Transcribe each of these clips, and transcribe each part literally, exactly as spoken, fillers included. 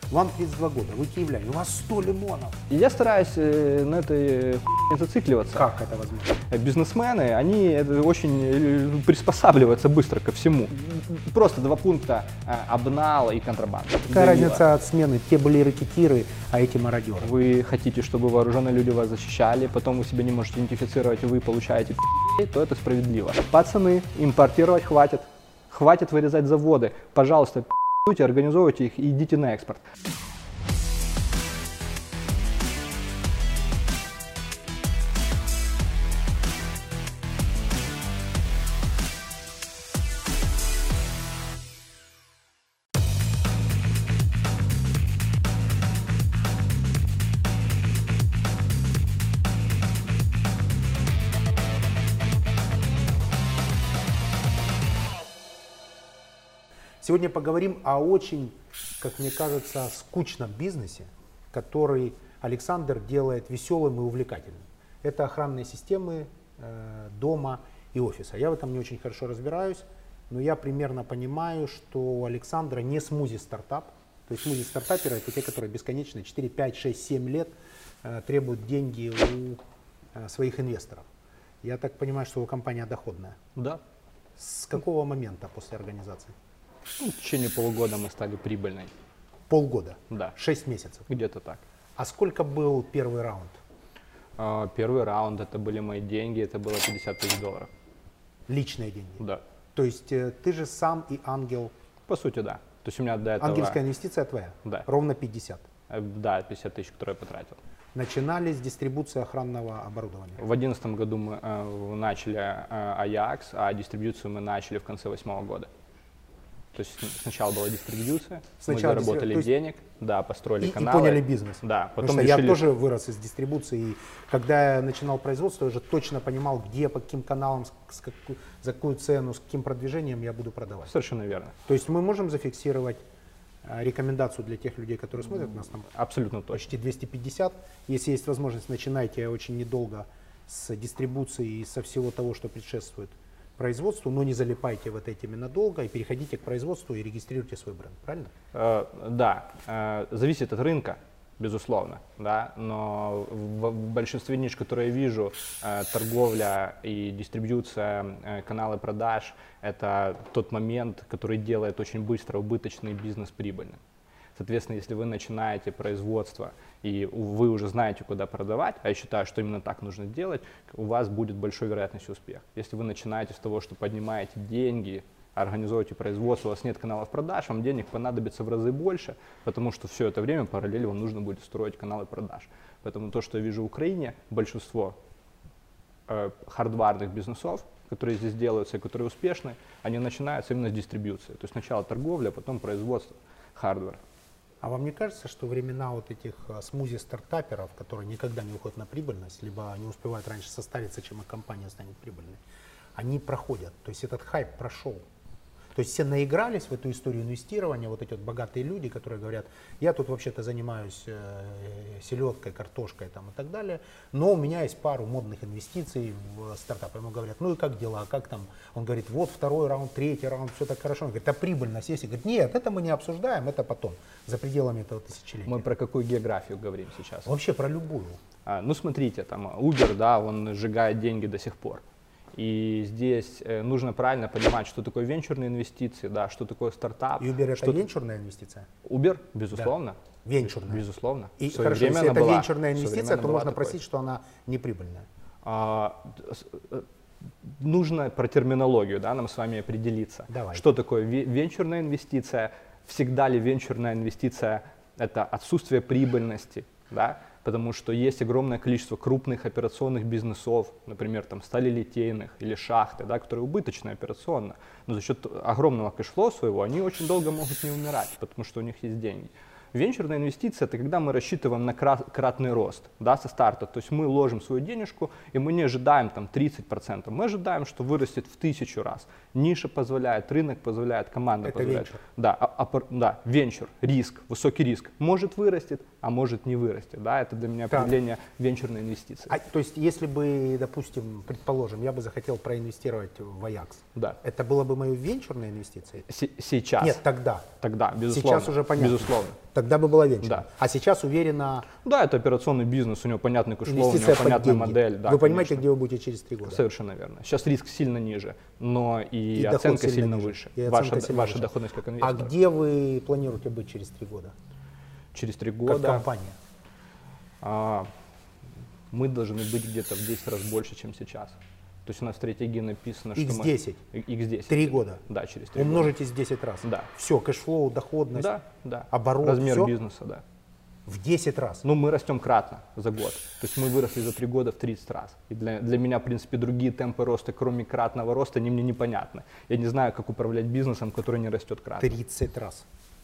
Вам тридцать два года, вы киевляне, у вас сто лимонов. И я стараюсь э, на этой хуйне не зацикливаться. Как это возможно? Бизнесмены, они это, очень приспосабливаются быстро ко всему. Просто два пункта э, обнала и контрабанда. Какая разница от смены? Те были ракетиры, а эти мародеры. Вы хотите, чтобы вооруженные люди вас защищали, потом вы себя не можете идентифицировать, и вы получаете пи***, то это справедливо. Пацаны, импортировать хватит. Хватит вырезать заводы. Пожалуйста, пи***уйте, организовывайте их и идите на экспорт. Сегодня поговорим о очень, как мне кажется, скучном бизнесе, который Александр делает веселым и увлекательным. Это охранные системы э, дома и офиса. Я в этом не очень хорошо разбираюсь, но я примерно понимаю, что у Александра не смузи-стартап. То есть смузи-стартаперы — это те, которые бесконечно четыре, пять, шесть, семь лет э, требуют деньги у э, своих инвесторов. Я так понимаю, что у компания доходная. Да. С какого момента после организации? Ну, в течение полугода мы стали прибыльной. Полгода? Да. Шесть месяцев? Где-то так. А сколько был первый раунд? А, первый раунд, это были мои деньги, это было пятьдесят тысяч долларов. Личные деньги? Да. То есть э, ты же сам и ангел? По сути, да. То есть у меня до этого... Ангельская инвестиция твоя? Да. Ровно пятьдесят? Э, Да, пятьдесят тысяч, которые я потратил. Начинали с дистрибуции охранного оборудования? В две тысячи одиннадцатом году мы э, начали э, Аякс, а дистрибьюцию мы начали в конце две тысячи восьмого года. То есть сначала была дистрибьюция, Сначала мы заработали дистри... денег, да, построили и, каналы. И поняли бизнес. Да, потом Потому что решили... я тоже вырос из дистрибуции. И когда я начинал производство, я уже точно понимал, где, по каким каналам, с какую, за какую цену, с каким продвижением я буду продавать. Совершенно верно. То есть мы можем зафиксировать э, рекомендацию для тех людей, которые смотрят нас там? Абсолютно точно. Почти двести пятьдесят. Если есть возможность, начинайте очень недолго с дистрибуции и со всего того, что предшествует производству, но не залипайте в этой теме надолго и переходите к производству и регистрируйте свой бренд, правильно? Э, да, э, зависит от рынка, безусловно, да, но в, в большинстве ниш, которые я вижу, э, торговля и дистрибьюция, э, каналы продаж — это тот момент, который делает очень быстро убыточный бизнес прибыльным. Соответственно, если вы начинаете производство и вы уже знаете, куда продавать, а я считаю, что именно так нужно делать, у вас будет большой вероятность успеха. Если вы начинаете с того, что поднимаете деньги, организуете производство, у вас нет каналов продаж, вам денег понадобится в разы больше, потому что все это время параллельно вам нужно будет строить каналы продаж. Поэтому то, что я вижу в Украине, большинство э, хардварных бизнесов, которые здесь делаются и которые успешны, они начинаются именно с дистрибьюции. То есть сначала торговля, потом производство, хардвар. А вам не кажется, что времена вот этих смузи-стартаперов, которые никогда не уходят на прибыльность, либо не успевают раньше состариться, чем их компания станет прибыльной, они проходят? То есть этот хайп прошел. То есть все наигрались в эту историю инвестирования, вот эти вот богатые люди, которые говорят, я тут вообще-то занимаюсь э, селедкой, картошкой там, и так далее, но у меня есть пару модных инвестиций в стартап. Ему говорят, ну и как дела, как там? Он говорит, вот второй раунд, третий раунд, все так хорошо. Он говорит, а прибыльность есть? И говорит, нет, это мы не обсуждаем, это потом, за пределами этого тысячелетия. Мы про какую географию говорим сейчас? Вообще про любую. А, ну смотрите, там Uber, да, он сжигает деньги до сих пор. И здесь э, нужно правильно понимать, что такое венчурные инвестиции, да, что такое стартап. И Uber — это что... венчурная инвестиция? Uber, безусловно. Да. Венчурная. Безусловно. И хорошо, время если это была, венчурная инвестиция, то можно такой. просить, что она неприбыльная. А, нужно про терминологию, да, нам с вами определиться. Давай. Что такое венчурная инвестиция? Всегда ли венчурная инвестиция — это отсутствие прибыльности, да? Потому что есть огромное количество крупных операционных бизнесов, например, там сталелитейных или шахты, да, которые убыточны операционно, но за счет огромного кэшфлоу своего они очень долго могут не умирать, потому что у них есть деньги. Венчурная инвестиция — это когда мы рассчитываем на кратный рост, да, со старта. То есть мы ложим свою денежку, и мы не ожидаем там тридцать процентов. Мы ожидаем, что вырастет в тысячу раз. Ниша позволяет, рынок позволяет, команда это позволяет. Венчур. Да, а, а, да, венчур, риск, высокий риск. Может вырастет, а может не вырастет. Да, это для меня определение так. венчурной инвестиции. А, то есть если бы, допустим, предположим, я бы захотел проинвестировать в Аякс, да. это было бы моей венчурной инвестицией? С- сейчас. Нет, тогда. Тогда, безусловно. Сейчас уже понятно. Безусловно. Тогда бы была венчурная. Да. А сейчас уверенно... Да, это операционный бизнес, у него понятный кэшфлоу, у него Инвестиция под понятная деньги. модель. Да, Вы понимаете, конечно. где вы будете через три года? Совершенно верно. Сейчас риск сильно ниже, но и, И доход оценка сильно сильно ниже. выше. И Ваша, оценка сильно ваша выше. доходность как А инвестора. где вы планируете быть через три года? Через три Как года компания? а, мы должны быть где-то в десять раз больше, чем сейчас. То есть у нас в стратегии написано, что икс десять. мы... икс десять. Три года. Да, через три года. Умножитесь в десять раз. Да. Все, кэшфлоу, доходность, Да, да. оборот, Размер всё? бизнеса, да. В десять раз. Ну, мы растем кратно за год. То есть мы выросли за три года в тридцать раз. И для, для меня, в принципе, другие темпы роста, кроме кратного роста, они мне непонятны. Я не знаю, как управлять бизнесом, который не растет кратно. тридцать раз.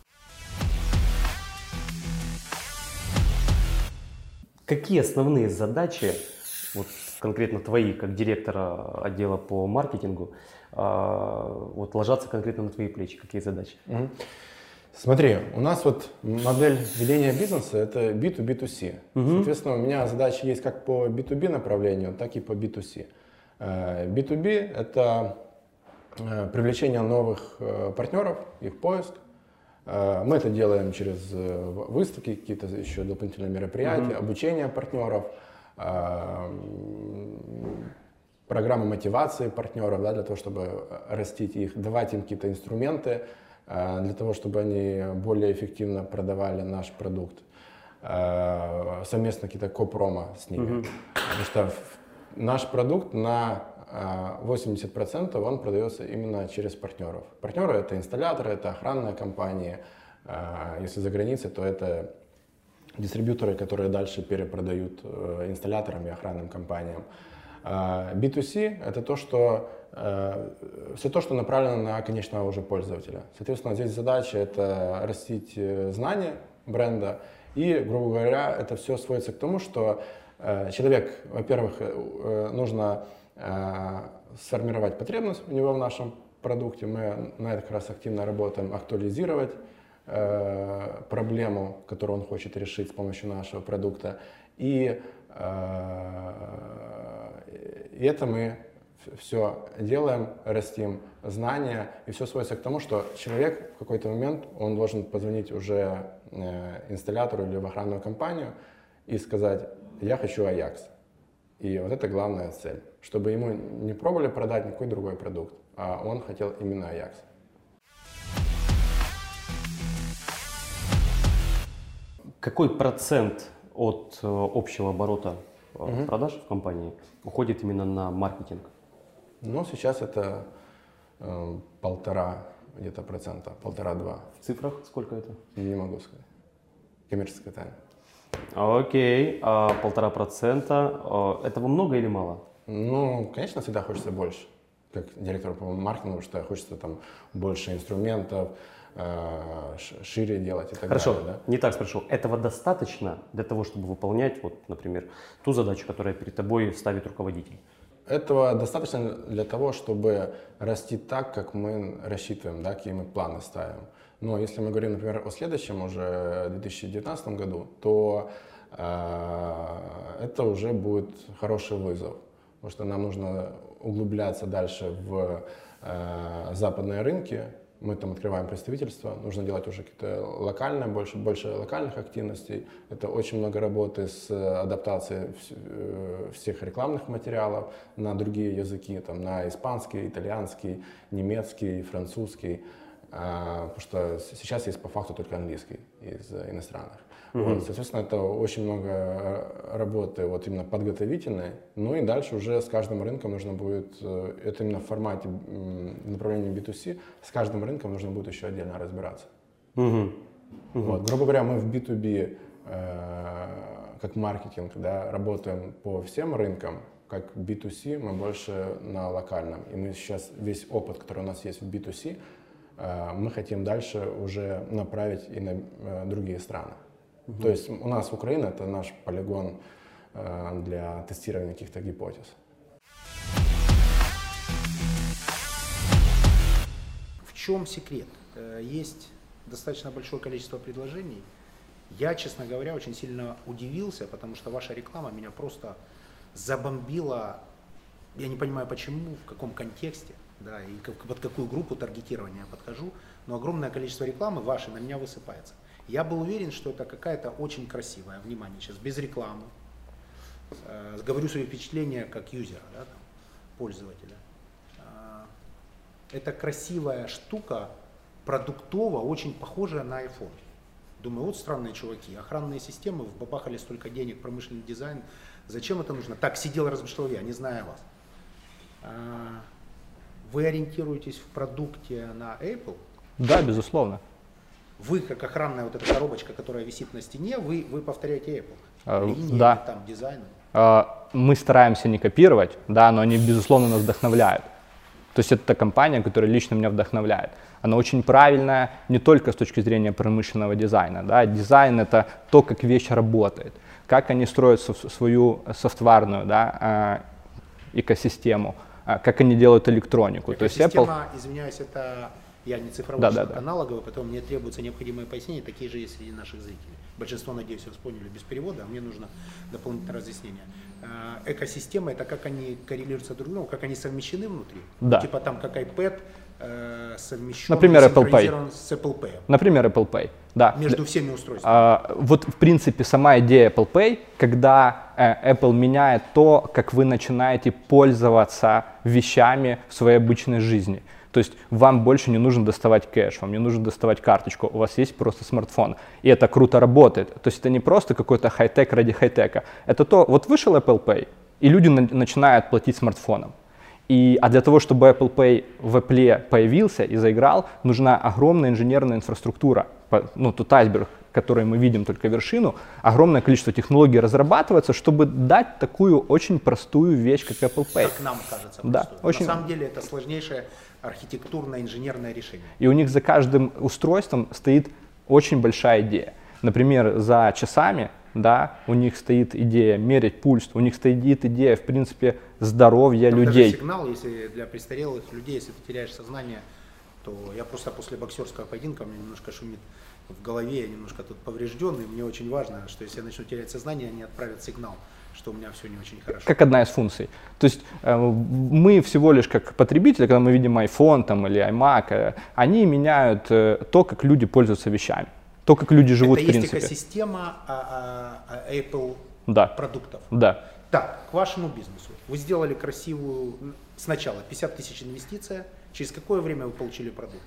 Какие основные задачи, вот конкретно твои, как директора отдела по маркетингу, а, вот ложатся конкретно на твои плечи? Какие задачи? Мгм. Смотри, у нас вот модель ведения бизнеса — это би ту би ту си. Соответственно, у меня задачи есть как по би ту би направлению, так и по би ту си. Э, би ту би — это э, привлечение новых э, партнеров, их поиск. Э, Мы это делаем через э, в- выставки, какие-то еще дополнительные мероприятия, обучение партнеров, э, м, программы мотивации партнеров, да, для того, чтобы растить их, давать им какие-то инструменты, э, для того, чтобы они более эффективно продавали наш продукт, э, совместно какие-то копромо с ними. Потому что в- наш продукт на э, восемьдесят процентов он продается именно через партнеров. Партнеры — это инсталляторы, это охранные компании. Э, Если за границей, то это дистрибьюторы, которые дальше перепродают э, инсталляторам и охранным компаниям. Э, би ту си — это то, что э, все то, что направлено на конечного уже пользователя. Соответственно, здесь задача — это растить э, знания бренда, и, грубо говоря, это все сводится к тому, что э, человек, во-первых, э, э, нужно э, сформировать потребность у него в нашем продукте. Мы на это как раз активно работаем, актуализировать э, проблему, которую он хочет решить с помощью нашего продукта. И, э, и это мы все делаем, растим знания, и все сводится к тому, что человек в какой-то момент, он должен позвонить уже э, инсталлятору или в охранную компанию и сказать: я хочу Аякс. И вот это главная цель, чтобы ему не пробовали продать никакой другой продукт, а он хотел именно Аякс. Какой процент от э, общего оборота э, продаж в компании уходит именно на маркетинг? Ну, сейчас это э, полтора где-то процента, полтора-два. В цифрах сколько это? Не могу сказать. Коммерческая тайна. Окей, а полтора процента, э, этого много или мало? Ну, конечно, всегда хочется больше, как директор по маркетингу, потому что хочется там больше инструментов, э, ш- шире делать и так Хорошо, далее. Да? не так спрошу. Этого достаточно для того, чтобы выполнять, вот, например, ту задачу, которая перед тобой ставит руководитель? Этого достаточно для того, чтобы расти так, как мы рассчитываем, да, какие мы планы ставим. Но если мы говорим, например, о следующем уже две тысячи девятнадцатом году, то э, это уже будет хороший вызов, потому что нам нужно углубляться дальше в э, западные рынки. Мы там открываем представительство, нужно делать уже какие-то локальные, больше, больше локальных активностей. Это очень много работы с адаптацией вс- э, всех рекламных материалов на другие языки, там, на испанский, итальянский, немецкий, французский. А, потому что с- сейчас есть по факту только английский из э, иностранных. Вот, соответственно, это очень много э, работы вот именно подготовительной. Ну и дальше уже с каждым рынком нужно будет, э, это именно в формате м, направления би ту си, с каждым рынком нужно будет еще отдельно разбираться. Мгм. Вот, грубо говоря, мы в би ту би э, как маркетинг, да, работаем по всем рынкам, как би ту си мы больше на локальном. И мы сейчас весь опыт, который у нас есть в би ту си, э, мы хотим дальше уже направить и на э, другие страны. То есть у нас Украина — это наш полигон э, для тестирования каких-то гипотез. В чем секрет? Э, Есть достаточно большое количество предложений. Я, честно говоря, очень сильно удивился, потому что ваша реклама меня просто забомбила. Я не понимаю, почему, в каком контексте, да, и как- под какую группу таргетирования я подхожу, но огромное количество рекламы вашей на меня высыпается. Я был уверен, что это какая-то очень красивая, внимание, сейчас без рекламы. Э, говорю свои впечатления как юзера, да, там, пользователя. Э, это красивая штука, продуктово, очень похожая на iPhone. Думаю, вот странные чуваки, охранные системы, вбабахали столько денег, промышленный дизайн. Зачем это нужно? Так сидел, размышлял я, не зная вас. Э, вы ориентируетесь в продукте на Apple? Да, безусловно. Вы, как охранная вот эта коробочка, которая висит на стене, вы, вы повторяете Apple? А, Линии, да. там, дизайн? А, мы стараемся не копировать, да, но они, безусловно, нас вдохновляют. То есть это та компания, которая лично меня вдохновляет. Она очень правильная не только с точки зрения промышленного дизайна. Да. Дизайн — это то, как вещь работает, как они строят свою софтварную, да, экосистему, как они делают электронику. То есть Apple... извиняюсь, это... Я не цифровой, да, человек, да, да. аналоговый, поэтому мне требуется необходимое пояснение, такие же есть среди наших зрителей. Большинство, надеюсь, вас поняли без перевода, а мне нужно дополнительное разъяснение. Экосистема — это как они коррелируются друг с другом, как они совмещены внутри. Да. Типа там как iPad э, совмещен, например, Apple Pay. с Apple Pay. Например, Apple Pay. Да. Между всеми устройствами. А, вот, в принципе, сама идея Apple Pay, когда э, Apple меняет то, как вы начинаете пользоваться вещами в своей обычной жизни. То есть вам больше не нужно доставать кэш, вам не нужно доставать карточку, у вас есть просто смартфон. И это круто работает. То есть это не просто какой-то хай-тек ради хай-тека. Это то, вот вышел Apple Pay, и люди на, начинают платить смартфоном. И, а для того, чтобы Apple Pay в Apple появился и заиграл, нужна огромная инженерная инфраструктура. Ну, тот айсберг, который мы видим, только вершину. Огромное количество технологий разрабатывается, чтобы дать такую очень простую вещь, как Apple Pay. Как нам кажется, да, очень... На самом деле это сложнейшее архитектурное инженерное решение. И у них за каждым устройством стоит очень большая идея. Например, за часами, да, у них стоит идея мерить пульс, у них стоит идея, в принципе, здоровья там людей. Даже сигнал, если для престарелых людей, если ты теряешь сознание, то я просто после боксерского поединка, у меня немножко шумит в голове, я немножко тут поврежденный, мне очень важно, что если я начну терять сознание, они отправят сигнал, что у меня все не очень хорошо. Как одна из функций. То есть э, мы всего лишь как потребители, когда мы видим iPhone там, или iMac, э, они меняют э, то, как люди пользуются вещами, то, как люди живут это в принципе. Это есть экосистема а, а, Apple да. продуктов. Да. Так, к вашему бизнесу. Вы сделали красивую, сначала пятьдесят тысяч инвестиция, через какое время вы получили продукт?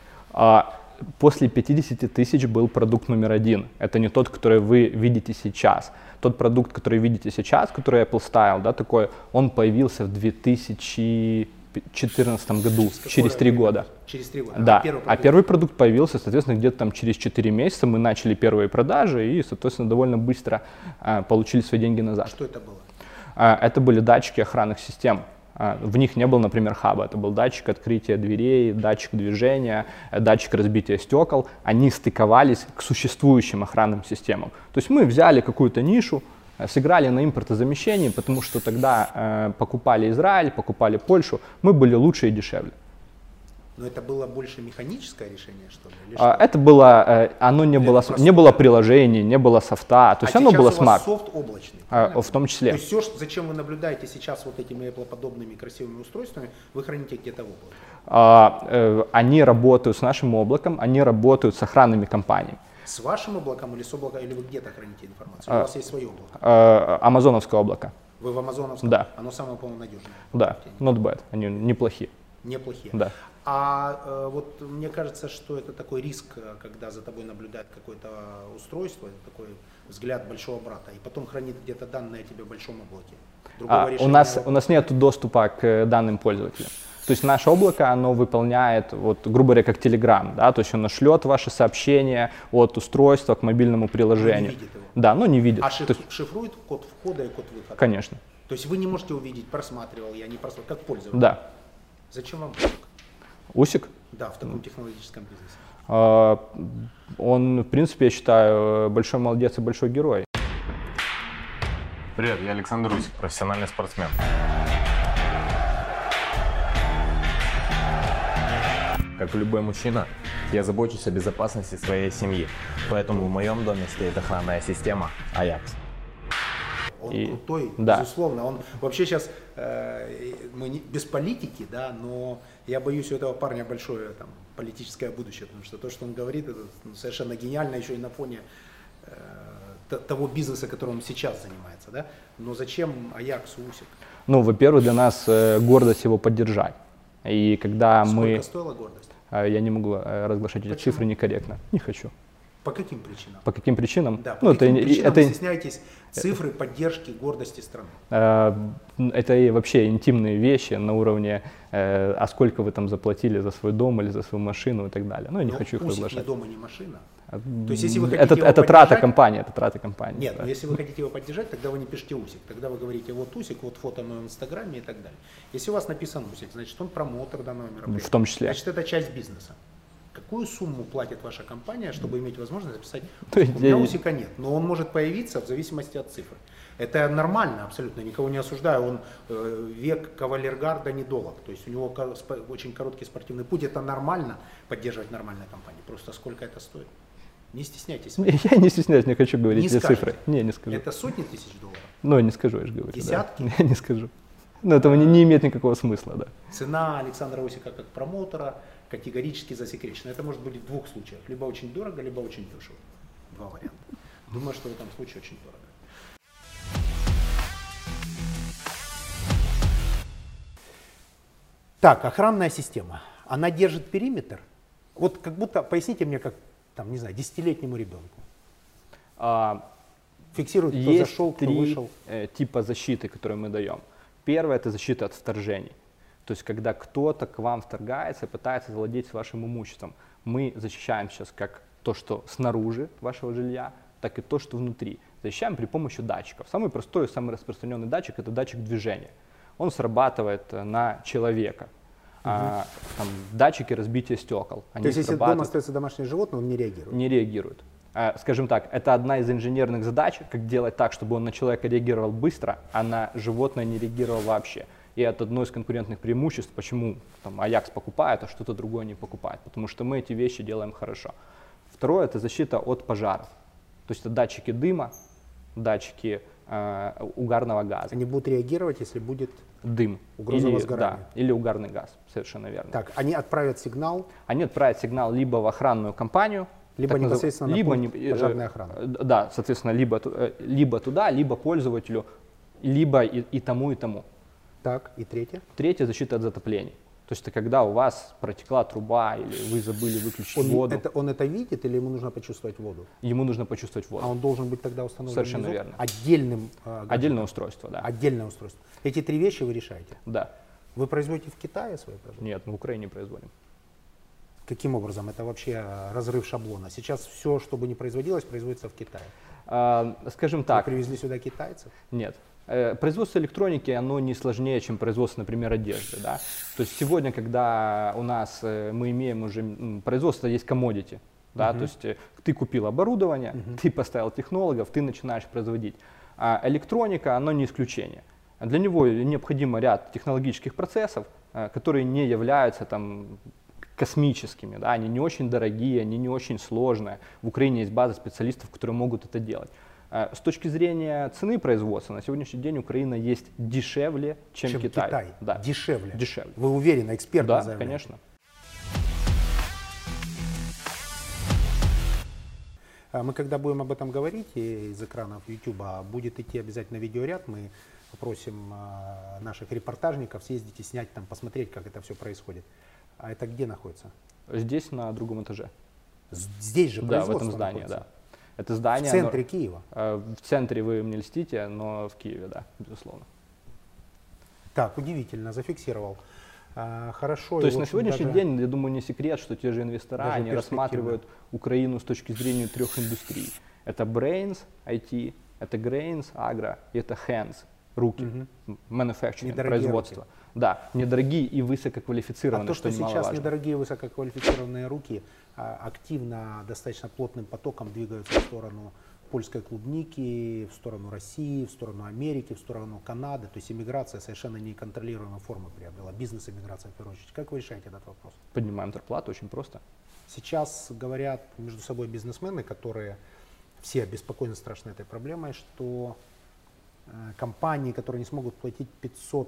А, после пятидесяти тысяч был продукт номер один. Это не тот, который вы видите сейчас. Тот продукт, который видите сейчас, который Apple Style, да, такой, он появился в две тысячи четырнадцатом году, через, через три года. Через три года. Да. А первый, а первый продукт появился, соответственно, где-то там через четыре месяца мы начали первые продажи и, соответственно, довольно быстро а, получили свои деньги назад. Что это было? А, это были датчики охранных систем. В них не было, например, хаба. Это был датчик открытия дверей, датчик движения, датчик разбития стекол. Они стыковались к существующим охранным системам. То есть мы взяли какую-то нишу, сыграли на импортозамещении, потому что тогда э, покупали Израиль, покупали Польшу. Мы были лучше и дешевле. Но это было больше механическое решение, что ли? Или А, что? это было, э, оно не было, не было приложений, не было софта. То есть а оно было сейчас у вас смарт. софт облачный. А, в том числе. То есть все, зачем вы наблюдаете сейчас вот этими Apple-подобными красивыми устройствами, вы храните где-то в облаке? А, э, они работают с нашим облаком, они работают с охранными компаниями. С вашим облаком или с облаком, или вы где-то храните информацию? А, у вас есть свое облако? А, амазоновское облако. Вы в амазоновском? Да. Оно самое, по-моему, надежное. Да, not bad, они неплохие. Неплохие. Да. А э, вот мне кажется, что это такой риск, когда за тобой наблюдает какое-то устройство, это такой взгляд большого брата, и потом хранит где-то данные о тебе в большом облаке. А, у, нас, у нас нет доступа к данным пользователя. То есть наше облако, оно выполняет, вот, грубо говоря, как Telegram, да, то есть оно шлет ваши сообщения от устройства к мобильному приложению. Но не видит его. Да, но не видит. А шиф, то есть, шифрует код входа и код выхода? Конечно. То есть вы не можете увидеть, просматривал я, не просматривал, как пользователь? Да. Зачем вам Усик? Да, в таком технологическом бизнесе. Uh, он, в принципе, я считаю, большой молодец и большой герой. Привет, я Александр Усик, профессиональный спортсмен. Как и любой мужчина, я забочусь о безопасности своей семьи, поэтому в моем доме стоит охранная система Аякс. Он И, крутой, да. безусловно. Он вообще сейчас э, мы не, без политики, да, но я боюсь у этого парня большое там политическое будущее, потому что то, что он говорит, это ну, совершенно гениально еще и на фоне э, того бизнеса, которым он сейчас занимается. Да? Но зачем Аяксу Усик? Ну, во-первых, для нас э, гордость его поддержать. И когда Сколько мы... стоила гордость? Э, я не могу э, разглашать эти Почему? цифры некорректно. Не хочу. По каким причинам? По каким причинам? Да, по ну, каким это, причинам это, вы стесняетесь цифры поддержки гордости страны? Э, это и вообще интимные вещи на уровне, э, а сколько вы там заплатили за свой дом или за свою машину и так далее. Ну, я не Но хочу их Усик разглашать. не дом и не машина. То есть, если вы хотите это его это трата поддержать- компании, это трата компании. Нет, да. но если вы хотите его поддержать, тогда вы не пишите Усик. Тогда вы говорите, вот Усик, вот фото мое в Инстаграме и так далее. Если у вас написан Усик, значит он промоутер данного мероприятия. В том числе. Значит, это часть бизнеса. Какую сумму платит ваша компания, чтобы иметь возможность записать? То есть У меня я- Усика нет, но он может появиться в зависимости от цифры. Это нормально абсолютно, никого не осуждаю. Он э, век кавалергарда недолог. То есть у него ко- спо- очень короткий спортивный путь. Это нормально поддерживать нормальные компании. Просто сколько это стоит? Не стесняйтесь. Я не стесняюсь, не хочу говорить Не эти скажете. цифры. Не, не скажу. Это сотни тысяч долларов. Ну, не скажу, я же говорю. да. Десятки? Я не скажу. Но этого не, не имеет никакого смысла, да. Цена Александра Усика как промоутера категорически засекречена. Это может быть в двух случаях. Либо очень дорого, либо очень дешево. Два варианта. Думаю, что в этом случае очень дорого. Так, охранная система. Она держит периметр? Вот как будто, поясните мне, как, там, не знаю, десятилетнему ребенку. А, Фиксирует, кто есть зашел, кто три вышел. э, типа защиты, которые мы даем. Первое – это защита от вторжений. То есть, когда кто-то к вам вторгается и пытается завладеть вашим имуществом. Мы защищаем сейчас как то, что снаружи вашего жилья, так и то, что внутри. Защищаем при помощи датчиков. Самый простой и самый распространенный датчик – это датчик движения. Он срабатывает э, на человека. А, там, датчики разбития стекол. Они То есть, если дома срабатывают, остается домашнее животное, он не реагирует. не реагируют. А, скажем так, это одна из инженерных задач, как делать так, чтобы он на человека реагировал быстро, а на животное не реагировал вообще. И это одно из конкурентных преимуществ, почему там, Аякс покупает, а что-то другое не покупает. Потому что мы эти вещи делаем хорошо. Второе – это защита от пожаров. То есть это датчики дыма, датчики э, угарного газа. Они будут реагировать, если будет... Дым. Угроза или, возгорания. да, или угарный газ, совершенно верно. Так, они отправят сигнал, Они отправят сигнал либо в охранную компанию, либо так назыв- непосредственно на либо пункт не- э, пожарной э, охраны. э, Да, соответственно, либо, ту- э, либо туда, либо пользователю, либо и, и тому, и тому. Так, и третье. Третье – защита от затоплений. То есть это когда у вас протекла труба или вы забыли выключить Он воду, это, он это видит или ему нужно почувствовать воду? ему нужно почувствовать воду. А он должен быть тогда установлен Совершенно внизу верно. отдельным э, гаджетом? Отдельное устройство, да. Отдельное устройство. Эти три вещи вы решаете. Да. Вы производите в Китае свои продукты? Нет, мы в Украине производим. Каким образом? Это вообще э, разрыв шаблона. Сейчас все, что бы ни производилось, производится в Китае. А, скажем Вы так, привезли сюда китайцев? нет. Э, Производство электроники, оно не сложнее, чем производство, например, одежды. Да? То есть сегодня, когда у нас э, мы имеем уже м, производство, есть commodity, да? То есть э, ты купил оборудование, ты поставил технологов, ты начинаешь производить. А электроника, оно не исключение. Для него необходимо ряд технологических процессов, э, которые не являются там, космическими, да? Они не очень дорогие, они не очень сложные. В Украине есть база специалистов, которые могут это делать. С точки зрения цены производства, на сегодняшний день Украина есть дешевле, чем, Чем Китай. Китай? Да. Дешевле? Дешевле. Вы уверены, экспертно Да, заявляете? конечно. А Мы когда будем об этом говорить и из экранов YouTube, будет идти обязательно видеоряд, мы попросим а, наших репортажников съездить и снять там, посмотреть, как это все происходит. А это где находится? Здесь, на другом этаже. З- Здесь же Да, в производство этом здании, находится? да. Это В здание, центре оно- Киева. э, в центре вы мне льстите, но в Киеве, да, безусловно. Так, удивительно, зафиксировал. А, хорошо. То и, есть в на общем, сегодняшний даже- день, я думаю, не секрет, что те же инвестора, Даже они перспективно. рассматривают Украину с точки зрения трех индустрий. Это Brains, ай ти, это Grains, Agro, и это Hands, руки, manufacturing, Недорогие производство. Да, недорогие и высококвалифицированные, А то, что сейчас немаловажно. недорогие высококвалифицированные руки а, активно, достаточно плотным потоком двигаются в сторону польской клубники, в сторону России, в сторону Америки, в сторону Канады. То есть иммиграция совершенно неконтролируемой формы приобрела. Бизнес-иммиграция в первую очередь. Как вы решаете этот вопрос? Поднимаем зарплату, очень просто. Сейчас говорят между собой бизнесмены, которые все обеспокоены страшно этой проблемой, что э, компании, которые не смогут платить пятьсот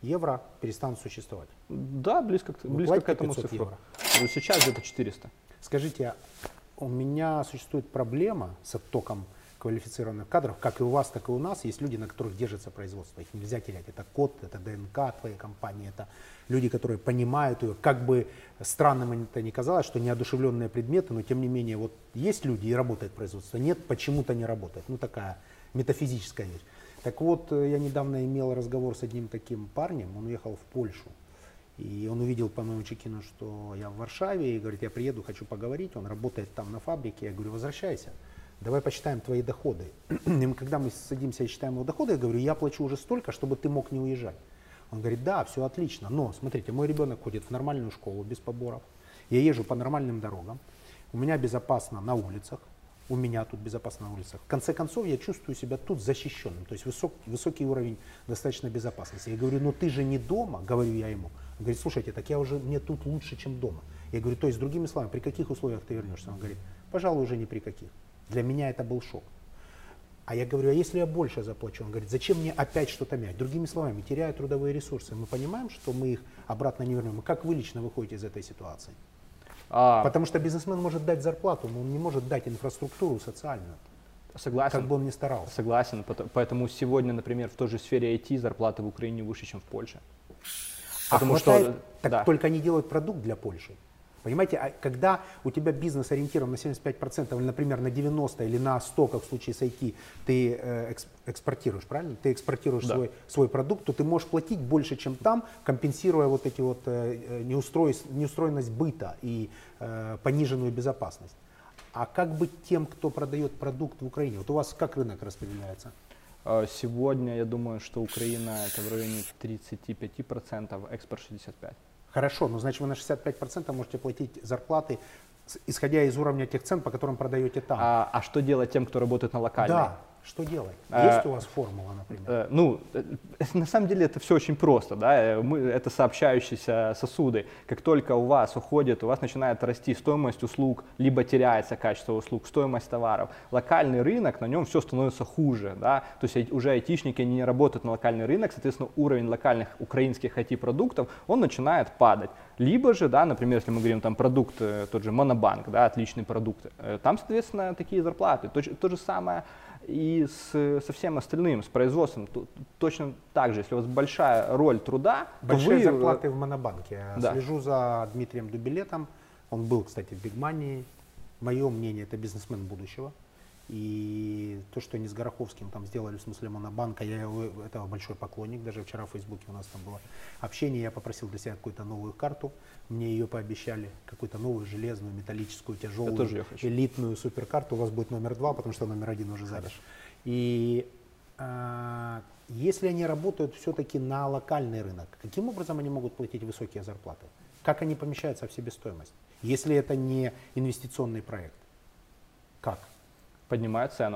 евро перестанут существовать. Да, близко, Вы близко к платите этому пятьсот цифру. евро? Ну, сейчас где-то четыреста. Скажите, у меня существует проблема с оттоком квалифицированных кадров, как и у вас, так и у нас. Есть люди, на которых держится производство, их нельзя терять. Это код, это ДНК твоей компании, это люди, которые понимают ее. Как бы странным это ни казалось, что неодушевленные предметы, но тем не менее, вот есть люди и работает производство, нет, почему-то не работает. Ну такая метафизическая вещь. Так вот, я недавно имел разговор с одним таким парнем, он уехал в Польшу. И он увидел по моему чекину, что я в Варшаве, и говорит, я приеду, хочу поговорить. Он работает там на фабрике. Я говорю, возвращайся, давай посчитаем твои доходы. И когда мы садимся и считаем его доходы, я говорю, я плачу уже столько, чтобы ты мог не уезжать. Он говорит, да, все отлично, но смотрите, мой ребенок ходит в нормальную школу без поборов, я езжу по нормальным дорогам, у меня безопасно на улицах, у меня тут безопасно на улицах. В конце концов, я чувствую себя тут защищенным, то есть высок, высокий уровень достаточно безопасности. Я говорю, ну ты же не дома, говорю я ему. Он говорит, слушайте, так я уже, мне тут лучше, чем дома. Я говорю, то есть, другими словами, при каких условиях ты вернешься? Он говорит, пожалуй, уже ни при каких. Для меня это был шок. А я говорю, а если я больше заплачу? Он говорит, зачем мне опять что-то менять? Другими словами, теряя трудовые ресурсы, мы понимаем, что мы их обратно не вернем. И как вы лично выходите из этой ситуации? А, Потому что бизнесмен может дать зарплату, но он не может дать инфраструктуру социальную, согласен. как бы он ни старался. Согласен. пото- Поэтому сегодня, например, в той же сфере ай ти зарплаты в Украине выше, чем в Польше. А Потому хватает, что, так да. только они делают продукт для Польши. Понимаете, а когда у тебя бизнес ориентирован на семьдесят пять процентов, или, например, на девяносто или на сто, как в случае с ай ти, ты э, экс- экспортируешь, правильно? Ты экспортируешь Да. свой, свой продукт, то ты можешь платить больше, чем там, компенсируя вот эти вот э, неустроенность, неустроенность быта и э, пониженную безопасность. А как быть тем, кто продает продукт в Украине? Вот у вас как рынок распределяется? А, Сегодня, я думаю, что Украина это в районе тридцать пять процентов, экспорт шестьдесят пять процентов. Хорошо, но значит вы на шестьдесят пять процентов можете платить зарплаты, с- исходя из уровня тех цен, по которым продаете там. А, а что делать тем, кто работает на локальной? Да, что делать? А, Есть у вас формула, например? Э, Ну, э, на самом деле это все очень просто, да, э, мы, это сообщающиеся сосуды. Как только у вас уходит, у вас начинает расти стоимость услуг, либо теряется качество услуг, стоимость товаров, локальный рынок, на нем все становится хуже, да, то есть ай- уже айтишники они не работают на локальный рынок, соответственно, уровень локальных украинских ай ти-продуктов, он начинает падать. Либо же, да, например, если мы говорим там продукт, э, тот же Монобанк, да, отличный продукт, э, там, соответственно, такие зарплаты. То, то же самое и с, со всем остальным, с производством. То- точно так же, если у вас большая роль труда, Большие то вы... зарплаты в Монобанке. Я Да. слежу за Дмитрием Дубилетом. Он был, кстати, в Бигмании. Мое мнение, это бизнесмен будущего. И то, что они с Гороховским там сделали в смысле Монобанка, я его, этого большой поклонник. Даже вчера в Фейсбуке у нас там было общение. Я попросил для себя какую-то новую карту. Мне ее пообещали. Какую-то новую железную, металлическую, тяжелую, тоже её хочу. элитную суперкарту. У вас будет номер два, потому что номер один уже занят. И а, если они работают все-таки на локальный рынок, каким образом они могут платить высокие зарплаты? Как они помещаются в себестоимость? Если это не инвестиционный проект, как? поднимают цену.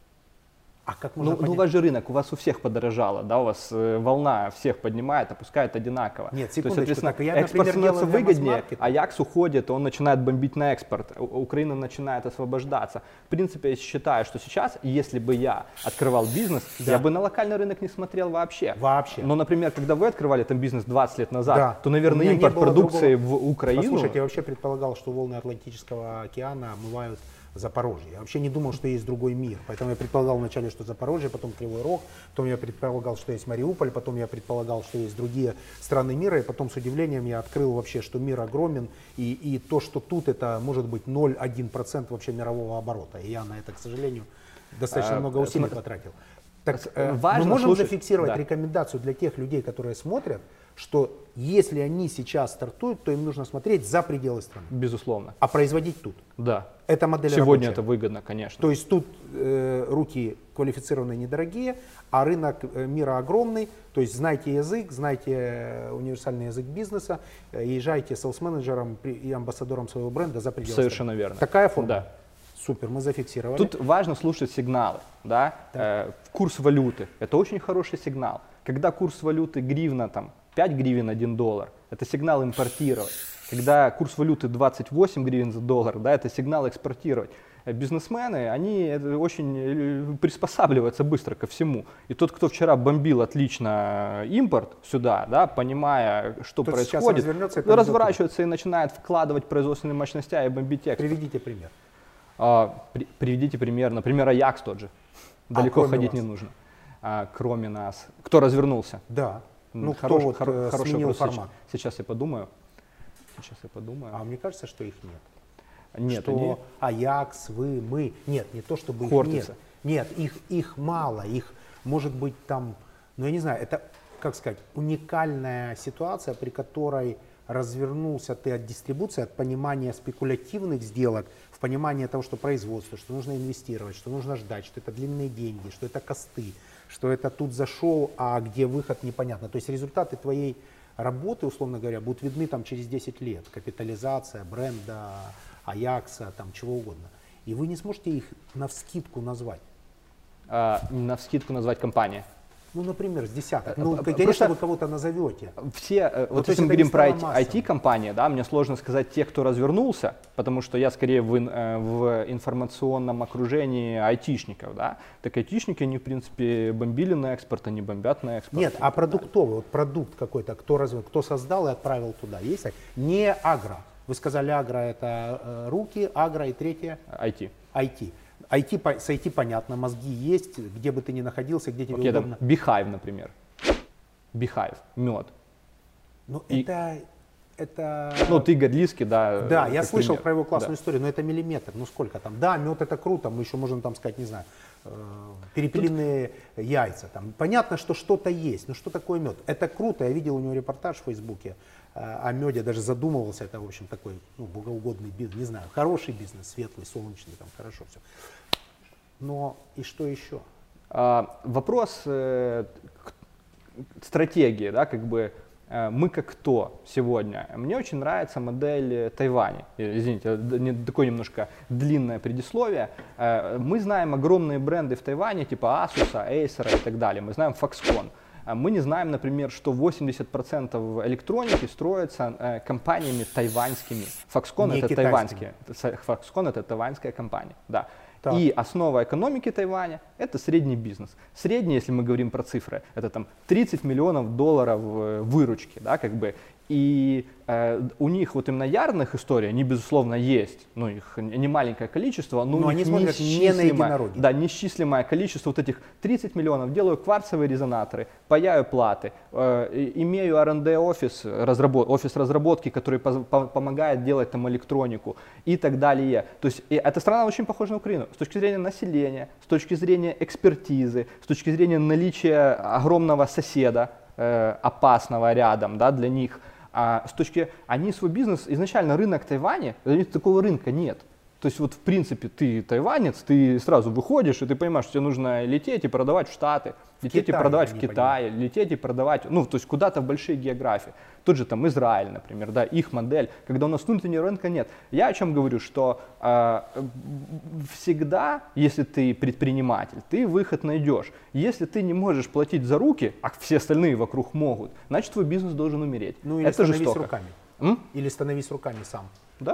А как можно Ну, ну, у понять? вас же рынок, у вас у всех подорожало, да, у вас э, волна всех поднимает, опускает одинаково. Нет, То есть, секундочку, соответственно, так я, экспорт например, становится делаю для выгоднее, масс-маркета. Аякс уходит, он начинает бомбить на экспорт, У- Украина начинает освобождаться. В принципе, я считаю, что сейчас, если бы я открывал бизнес, Да. я бы на локальный рынок не смотрел вообще. Вообще. Но, например, когда вы открывали там бизнес двадцать лет назад, Да. то, У наверное, меня не импорт было продукции другого- в Украину... Послушайте, я вообще предполагал, что волны Атлантического океана омывают Запорожье. Я вообще не думал, что есть другой мир. Поэтому я предполагал вначале, что Запорожье, потом Кривой Рог, потом я предполагал, что есть Мариуполь, потом я предполагал, что есть другие страны мира, и потом с удивлением я открыл вообще, что мир огромен, и, и то, что тут это может быть ноль целых одна десятая процента вообще мирового оборота. И я на это, к сожалению, достаточно А, много усилий см- потратил. Так С- э, важно мы можем слушать- зафиксировать да. рекомендацию для тех людей, которые смотрят, что если они сейчас стартуют, то им нужно смотреть за пределы страны, Безусловно, а производить тут. да. Это модель Сегодня рабочая. это выгодно, конечно. То есть тут э, руки квалифицированные недорогие, а рынок э, мира огромный. То есть знайте язык, знайте э, универсальный язык бизнеса, э, езжайте селс-менеджером при- и амбассадором своего бренда за пределы Совершенно страны. верно. Такая форма? Да. Супер, мы зафиксировали. Тут важно слушать сигналы, да? Э, курс валюты – это очень хороший сигнал. Когда курс валюты гривна там пять гривен один доллар, это сигнал импортировать. Когда курс валюты двадцать восемь гривен за доллар, да, это сигнал экспортировать. бизнесмены, они очень приспосабливаются быстро ко всему. И тот, кто вчера бомбил отлично импорт сюда, да, понимая, что Тот происходит, разворачивается и начинает вкладывать производственные мощности и бомбить экспорт. Приведите пример. А, при, приведите пример, например, Аякс тот же. Далеко а, ходить вас. не нужно. А, кроме нас. Кто развернулся? Да. Ну, Хорош, кто вот, хор, э, хороший сменил вопрос. формат? Сейчас, сейчас я подумаю. Сейчас я подумаю. А мне кажется, что их нет. Нет, что они... Аякс, вы, мы. Нет, не то, чтобы Хортица. их нет. Нет, их, их мало. Их может быть там, ну я не знаю, это, как сказать, уникальная ситуация, при которой развернулся ты от дистрибуции, от понимания спекулятивных сделок, в понимание того, что производство, что нужно инвестировать, что нужно ждать, что это длинные деньги, что это косты, что это тут зашел, а где выход непонятно. То есть результаты твоей работы, условно говоря, будут видны там через десять лет. Капитализация бренда, Аякса, там чего угодно. И вы не сможете их навскидку назвать. А, навскидку назвать компания. Ну, например, с десяток. Ну, Просто конечно, вы кого-то назовете. Все, Ну, вот то если есть мы это не говорим про стало ай ти-компании, да, мне сложно сказать те, кто развернулся, потому что я скорее в, э, в информационном окружении айтишников, да. Так айтишники, они, в принципе, бомбили на экспорт, они бомбят на экспорт. Нет, а продуктовый, вот продукт какой-то, кто развил, кто создал и отправил туда, есть? Не агро. Вы сказали, агро это э, руки, агро и третье? ай ти. ай ти. ай ти, с ай ти понятно, мозги есть, где бы ты ни находился, где тебе Окей, удобно. там, Beehive, например. Beehive, мед. Ну, И- это, это... Ну, ты Годлиский, да. Да, как я слышал пример. про его классную Да. историю, но это миллиметр, ну сколько там? Да, мед это круто, мы еще можем там сказать, не знаю, э, перепелиные яйца. Там. Понятно, что что-то есть, но что такое мед? Это круто, я видел у него репортаж в Фейсбуке э, о меде, даже задумывался, это, в общем, такой, ну, богоугодный бизнес, не знаю, хороший бизнес, светлый, солнечный, там, хорошо все. Но и что еще? А, вопрос э, к- стратегии, да, как бы э, мы как кто сегодня. Мне очень нравится модель э, Тайваня. Э, Извините, д- не- такое немножко длинное предисловие. Э, Мы знаем огромные бренды в Тайване, типа Asus, Acer и так далее. Мы знаем Foxconn. А Мы не знаем, например, что восемьдесят процентов электроники строятся э, компаниями тайваньскими. Foxconn Не это китайскими. тайваньские. Это- Foxconn это тайваньская компания. Да. Так. И основа экономики Тайваня – это средний бизнес. Средний, если мы говорим про цифры, это там тридцать миллионов долларов э, выручки, да, как бы. И э, у них вот именно ярных историй, они безусловно есть, ну их не маленькое количество, но, Но у они них смотрят не на неисчислимое- единороги. да, неисчислимое количество вот этих тридцать миллионов. Делаю кварцевые резонаторы, паяю платы, э, и- имею ар энд ди офис, разработ- офис разработки, который поз- по- помогает делать там электронику и так далее. То есть и эта страна очень похожа на Украину с точки зрения населения, с точки зрения экспертизы, с точки зрения наличия огромного соседа, э, опасного рядом, да, для них. А с точки, они свой бизнес, изначально рынок Тайваня, у них такого рынка нет. То есть вот в принципе ты тайванец, ты сразу выходишь и ты понимаешь, что тебе нужно лететь и продавать в Штаты, лететь и Китае, продавать в они Китае, лететь и продавать, ну то есть куда-то в большие географии. Тот же там Израиль, например, да, их модель, когда у нас внутреннего рынка нет. Я о чем говорю, что э, всегда, если ты предприниматель, ты выход найдешь. Если ты не можешь платить за руки, а все остальные вокруг могут, значит твой бизнес должен умереть. Ну или Это становись жестоко. руками. М? Или становись руками сам. Да?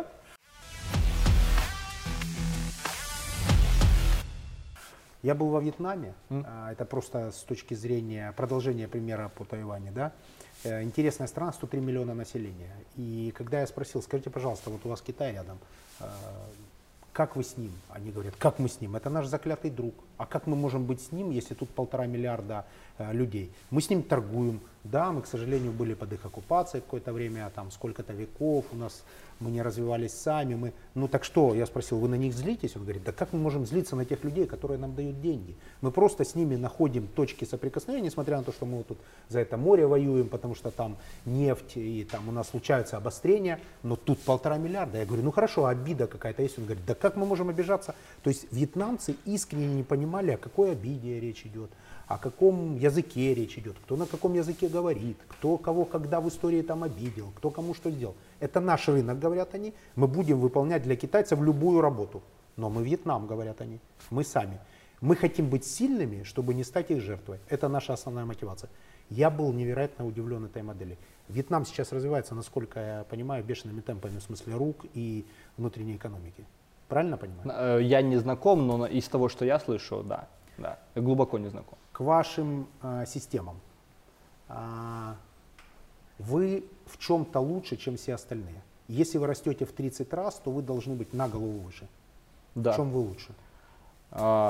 Я был во Вьетнаме, а, это просто с точки зрения продолжения примера по Тайваню, да. Э, Интересная страна, сто три миллиона населения. И когда я спросил, скажите, пожалуйста, вот у вас Китай рядом, э, как вы с ним? Они говорят, как мы с ним? Это наш заклятый друг. А как мы можем быть с ним, если тут полтора миллиарда э, людей? Мы с ним торгуем. Да, мы, к сожалению, были под их оккупацией какое-то время, там сколько-то веков, у нас мы не развивались сами. Мы... Ну так что, я спросил, вы на них злитесь? Он говорит, да как мы можем злиться на тех людей, которые нам дают деньги? Мы просто с ними находим точки соприкосновения, несмотря на то, что мы вот тут за это море воюем, потому что там нефть и там у нас случаются обострения, но тут полтора миллиарда. Я говорю, ну хорошо, а обида какая-то есть? Он говорит, да как мы можем обижаться? То есть вьетнамцы искренне не понимали, о какой обиде речь идет, о каком языке речь идет, кто на каком языке говорит, кто кого когда в истории там обидел, кто кому что сделал. Это наш рынок, говорят они, мы будем выполнять для китайцев любую работу. Но мы Вьетнам, говорят они, мы сами. Мы хотим быть сильными, чтобы не стать их жертвой. Это наша основная мотивация. Я был невероятно удивлен этой модели. Вьетнам сейчас развивается, насколько я понимаю, бешеными темпами в смысле рук и внутренней экономики. Правильно понимаю? Э, Я не знаком, но из того, что я слышу, да, да, я глубоко не знаком. К вашим э, системам. А, вы в чем-то лучше, чем все остальные. Если вы растете в тридцать раз, то вы должны быть на голову выше. Да. В чем вы лучше? А,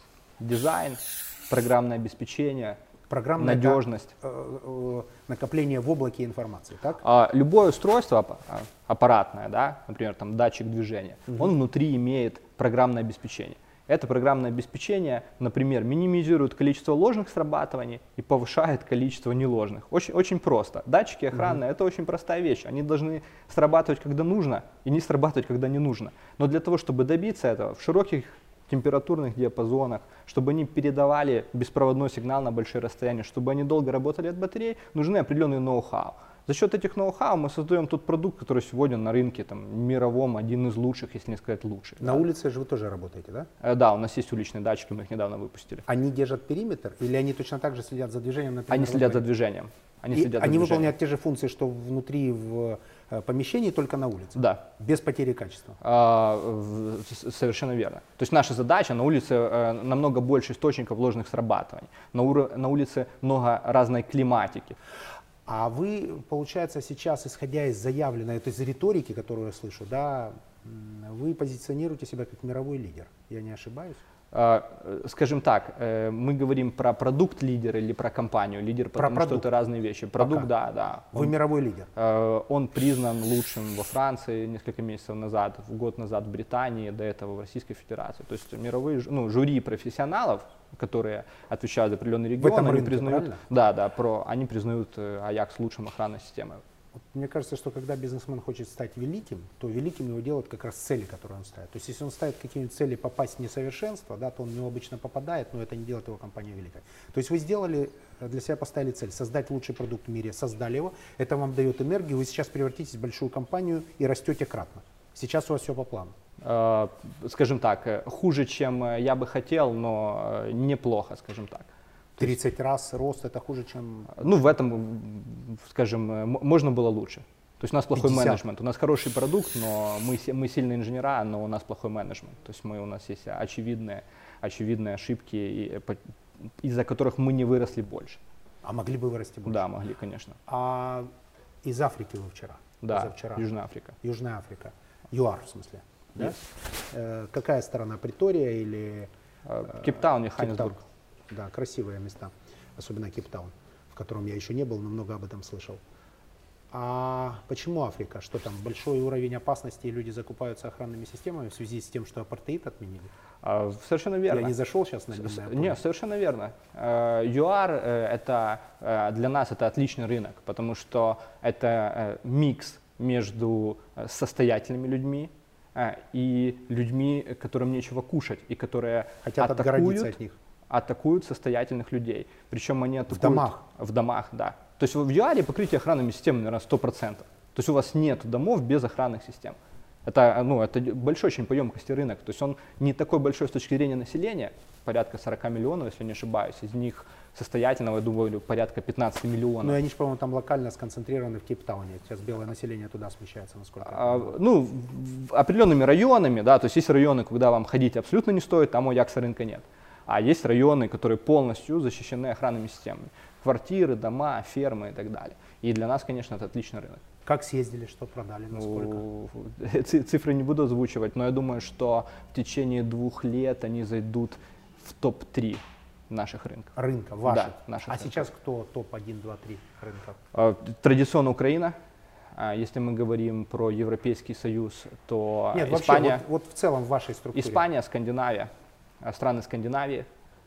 дизайн, программное обеспечение, Программная надежность. да, э, э, накопление в облаке информации, так? А, любое устройство аппа- а, аппаратное, да, например, там датчик движения, он внутри имеет программное обеспечение. Это программное обеспечение, например, минимизирует количество ложных срабатываний и повышает количество неложных. Очень, очень просто. Датчики охранные это очень простая вещь. Они должны срабатывать, когда нужно, и не срабатывать, когда не нужно. Но для того, чтобы добиться этого, в широких температурных диапазонах, чтобы они передавали беспроводной сигнал на большие расстояния, чтобы они долго работали от батарей, нужны определенные ноу-хау. За счет этих ноу-хау мы создаем тот продукт, который сегодня на рынке там, мировом один из лучших, если не сказать лучший. На да. улице же вы тоже работаете, да? Э, Да, у нас есть уличные датчики, мы их недавно выпустили. Они держат периметр или они точно так же следят за движением? Например, Они следят в за дворе? движением. Они, И следят за они движением. выполняют те же функции, что внутри в э, помещении, только на улице? Да. Без потери качества? А, в- с- совершенно верно. То есть наша задача на улице э, намного больше источников ложных срабатываний. На, уро- на улице много разной климатики. А вы, получается, сейчас, исходя из заявленной, то есть риторики, которую я слышу, да, м, вы позиционируете себя как мировой лидер. Я не ошибаюсь? А, э, Скажем так, э, мы говорим про продукт лидер или про компанию лидер, потому что продукт. это разные вещи. Продукт, Пока. да, да. Вы Он, мировой лидер. э, он признан лучшим во Франции несколько месяцев назад, в год назад в Британии, до этого в Российской Федерации. То есть мировые ж- ну, жюри профессионалов, которые отвечают за определенный регион, этом они рынке, признают, правильно? да, да, про, они признают э, Аякс лучшим охранной системой. Вот мне кажется, что когда бизнесмен хочет стать великим, то великим его делают как раз цели, которые он ставит. То есть если он ставит какие-нибудь цели попасть в несовершенство, да, то он в него обычно попадает, но это не делает его компанию великой. То есть вы сделали, э, для себя поставили цель создать лучший продукт в мире, создали его, это вам дает энергию, вы сейчас превратитесь в большую компанию и растете кратно. Сейчас у вас все по плану. Э, Скажем так, э, хуже, чем э, я бы хотел, но э, неплохо, скажем так. тридцать раз рост это хуже, чем... Ну, в этом, м, скажем, э, м- можно было лучше. То есть у нас плохой пятьдесят. менеджмент, у нас хороший продукт, но мы, се- мы сильные инженера, но у нас плохой менеджмент. То есть мы, у нас есть очевидные, очевидные ошибки, и, э, по- из-за которых мы не выросли больше. А могли бы вырасти больше? Да, могли, конечно. А из Африки вы вчера? Да, Позавчера? Южная Африка. Южная Африка. ЮАР в смысле? Да? Yes. Э, какая сторона? Притория или... Э, Кейптаун, Кейптаун? Йоханнесбург. Да, красивые места, особенно Кейптаун, в котором я еще не был, но много об этом слышал. А почему Африка? Что там, большой уровень опасности, и люди закупаются охранными системами в связи с тем, что апартеид отменили? А, Совершенно верно. Я не зашел сейчас на С- длинное поле? Нет, совершенно верно. Э, ЮАР э, это э, для нас это отличный рынок, потому что это э, микс между э, состоятельными людьми э, и людьми, которым нечего кушать и которые Хотят отгородиться атакуют, от них. атакуют состоятельных людей. Причем они атакуют домах? В домах, да. То есть в ЮАРе покрытие охранными системами, наверное, сто процентов. То есть у вас нет домов без охранных систем. Это, ну, это большой очень по емкости рынок. То есть он не такой большой с точки зрения населения, порядка сорок миллионов, если не ошибаюсь. Из них состоятельного, я думаю, порядка пятнадцать миллионов. Ну и они же, по-моему, там локально сконцентрированы в Кейптауне. Сейчас белое население туда смещается, насколько я А, понимаю. ну, в- в- определенными районами, да, то есть есть районы, куда вам ходить абсолютно не стоит, там у Аякса рынка нет. А есть районы, которые полностью защищены охранными системами. Квартиры, дома, фермы и так далее. И для нас, конечно, это отличный рынок. Как съездили, что продали, насколько? Ну, ци- цифры не буду озвучивать, но я думаю, что в течение двух лет они зайдут в топ три наших рынков. Рынка, ваших. Да, наших а рынков. сейчас кто топ один, два, три рынков? А, Традиционно Украина. А Если мы говорим про Европейский Союз, то Нет, вообще, Испания, вот, вот в целом в вашей структуре. Испания, Скандинавия, а, страны Скандинавии,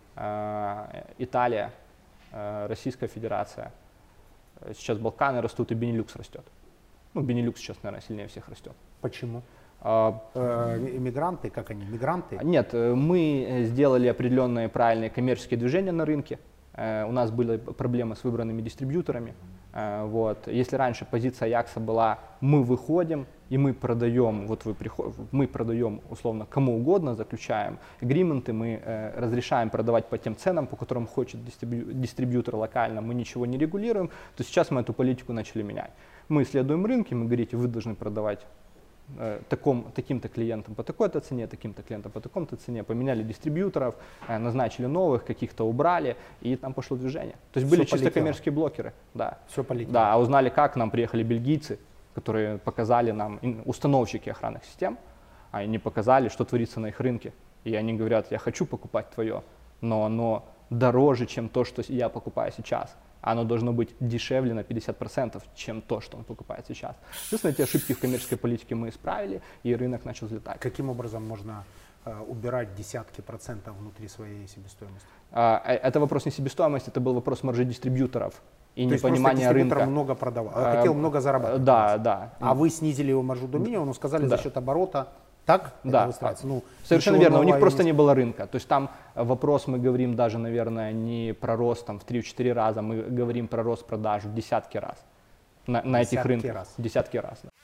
а, Италия, а, Российская Федерация. Сейчас Балканы растут, и Бенилюкс растет. Ну, Бенилюкс сейчас, наверное, сильнее всех растет. Почему? А, Э, иммигранты, как они, мигранты? Нет, э, мы э, сделали определенные правильные коммерческие движения на рынке. Э, У нас были проблемы с выбранными дистрибьюторами. Э, Вот. Если раньше позиция Аякса была «мы выходим и мы продаем», вот вы приход... мы продаем условно кому угодно, заключаем агрименты, мы э, разрешаем продавать по тем ценам, по которым хочет дистрибью... дистрибьютор локально, мы ничего не регулируем, то сейчас мы эту политику начали менять. Мы исследуем рынки, мы говорите, вы должны продавать э, таком, таким-то клиентам по такой-то цене, таким-то клиентам по такому-то цене, поменяли дистрибьюторов, э, назначили новых, каких-то убрали, и там пошло движение. То есть Всё были чисто полетело. коммерческие блокеры, да. Все полетело. Да, а узнали как, к нам приехали бельгийцы, которые показали нам, ин- установщики охранных систем, а они показали, что творится на их рынке. И они говорят, я хочу покупать твое, но оно дороже, чем то, что я покупаю сейчас. Оно должно быть дешевле на пятьдесят процентов, чем то, что он покупает сейчас. Соответственно, эти ошибки в коммерческой политике мы исправили, и рынок начал взлетать. Каким образом можно э, убирать десятки процентов внутри своей себестоимости? А, э, это вопрос не себестоимости, это был вопрос маржи дистрибьюторов и То есть непонимания просто дистрибьютор рынка. много продавал, А, хотел много заработать. Да, да. А вы снизили его маржу до минимума, но сказали Да. за счет оборота. Так Да. это выстраивается? Ну, Совершенно ничего верно, у них нового просто не- не было рынка. То есть там э, вопрос, мы говорим даже, наверное, не про рост там, в три-четыре раза, мы говорим про рост продаж в десятки раз на, на этих Десятки рынках. раз. Десятки раз. Да.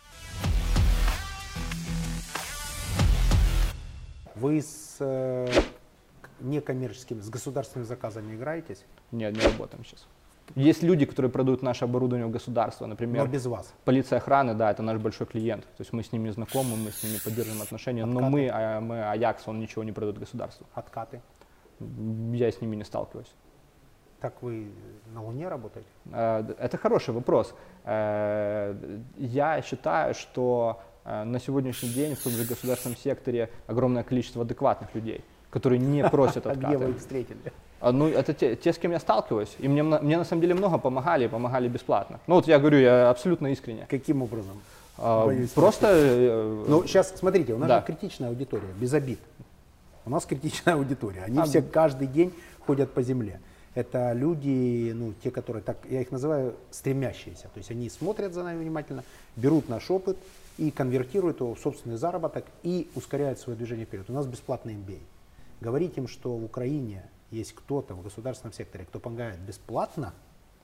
Вы с э, некоммерческими, с государственными заказами играетесь, Нет, не работаем сейчас. Есть люди, которые продают наше оборудование в государство, например, но без вас. полиция охраны, да, это наш большой клиент. То есть мы с ними знакомы, мы с ними поддерживаем отношения, но мы, а, мы Аякс, он ничего не продает государству. Откаты. Я с ними не сталкиваюсь. Так вы на Луне работаете? Э, Это хороший вопрос. Э, Я считаю, что э, на сегодняшний день в том же государственном секторе огромное количество адекватных людей, которые не просят А где вы откаты. их встретили? А, Ну, это те, те, с кем я сталкиваюсь. И мне, мно- мне на самом деле много помогали, и помогали бесплатно. Ну вот я говорю, я абсолютно искренне. Каким образом? А, Боюсь Просто э, Ну, сейчас, смотрите, у нас Да. же критичная аудитория, без обид. У нас критичная аудитория. Они А, все каждый день ходят по земле. Это люди, ну, те, которые, так, я их называю, стремящиеся. То есть они смотрят за нами внимательно, берут наш опыт и конвертируют его в собственный заработок и ускоряют свое движение вперед. У нас бесплатный эм би эй. Говорить им, что в Украине есть кто-то в государственном секторе, кто помогает бесплатно,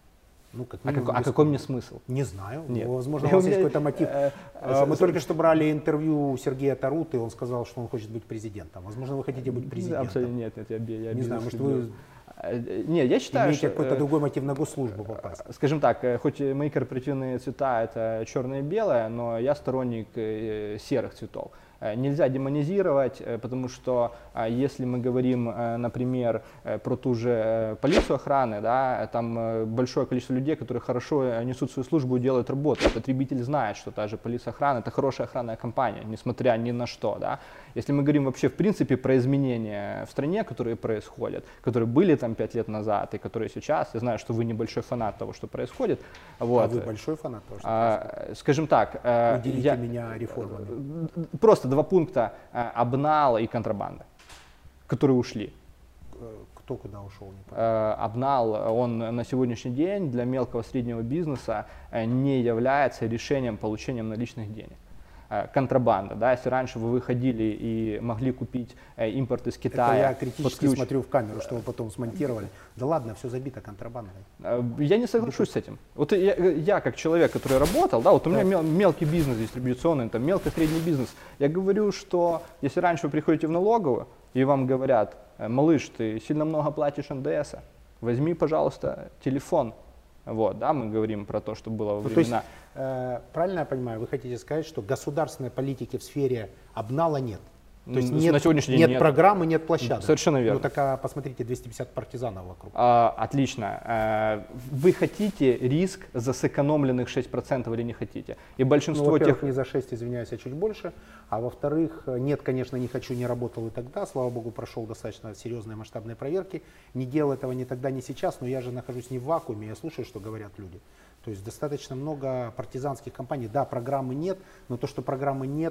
ну, как а, минимум, какой, а бесплатно. какой мне смысл? Не знаю. Нет. Ну, возможно, У у вас меня, есть какой-то мотив. э, А, Мы с- только что брали интервью у Сергея Таруты, он сказал, что он хочет быть президентом. Возможно, вы хотите быть президентом. Абсолютно нет, нет, я, би- я Не знаю, бизнес может, вы люблю. Э, Не, я считаю, имеете что, какой-то э, другой мотив на госслужбу попасть. скажем так, э, хоть и мои корпоративные цвета это черное и белое, но я сторонник э, серых цветов. Э, Нельзя демонизировать, э, потому что э, если мы говорим, э, например, э, про ту же э, полицию охраны, да, э, там э, большое количество людей, которые хорошо э, несут свою службу и делают работу. Потребитель знает, что та же полиция охраны это хорошая охранная компания, несмотря ни на что. Да. Если мы говорим вообще в принципе про изменения в стране, которые происходят, которые были там пять лет назад и которые сейчас, я знаю, что вы небольшой фанат того, что происходит. Вот. А вы большой фанат того, что А, скажем так, э, Удивите я- меня реформами. просто два пункта: э, обнал и контрабанда, которые ушли. Э, Кто куда ушел, не понял. Э, Обнал, он на сегодняшний день для мелкого среднего бизнеса э, не является решением получения наличных денег. Э, Контрабанда, да, если раньше вы выходили и могли купить э, импорт из Это Китая я под критически ключ. смотрю в камеру, что вы потом смонтировали. Да ладно, все забито контрабандой. Э, Я не соглашусь с этим. Вот я, я как человек, который работал, да, вот у меня мел- мелкий бизнес дистрибьюционный, там мелко-средний бизнес. Я говорю, что если раньше вы приходите в налоговую и вам говорят: «Э, малыш, ты сильно много платишь эн дэ эса, возьми, пожалуйста, телефон. Вот, да, мы говорим про то, что было во Ну, то есть, времена. э, правильно я понимаю, вы хотите сказать, что государственной политики в сфере обнала нет? То есть М, нет, на сегодняшний день нет нет. программы, нет площадок. Совершенно верно. Ну так а посмотрите, двести пятьдесят партизанов вокруг. А, отлично. Э, Вы хотите риск за сэкономленных шесть процентов или не хотите? И Ну, большинство во-первых, тех... не за шесть, извиняюсь, а чуть больше. А во-вторых, э, нет, конечно, не хочу, не работал и тогда. Слава богу, прошел достаточно серьезные масштабные проверки. Не делал этого ни тогда, ни сейчас, но я же нахожусь не в вакууме, я слушаю, что говорят люди. То есть достаточно много партизанских компаний. Да, программы нет, но то, что программы нет,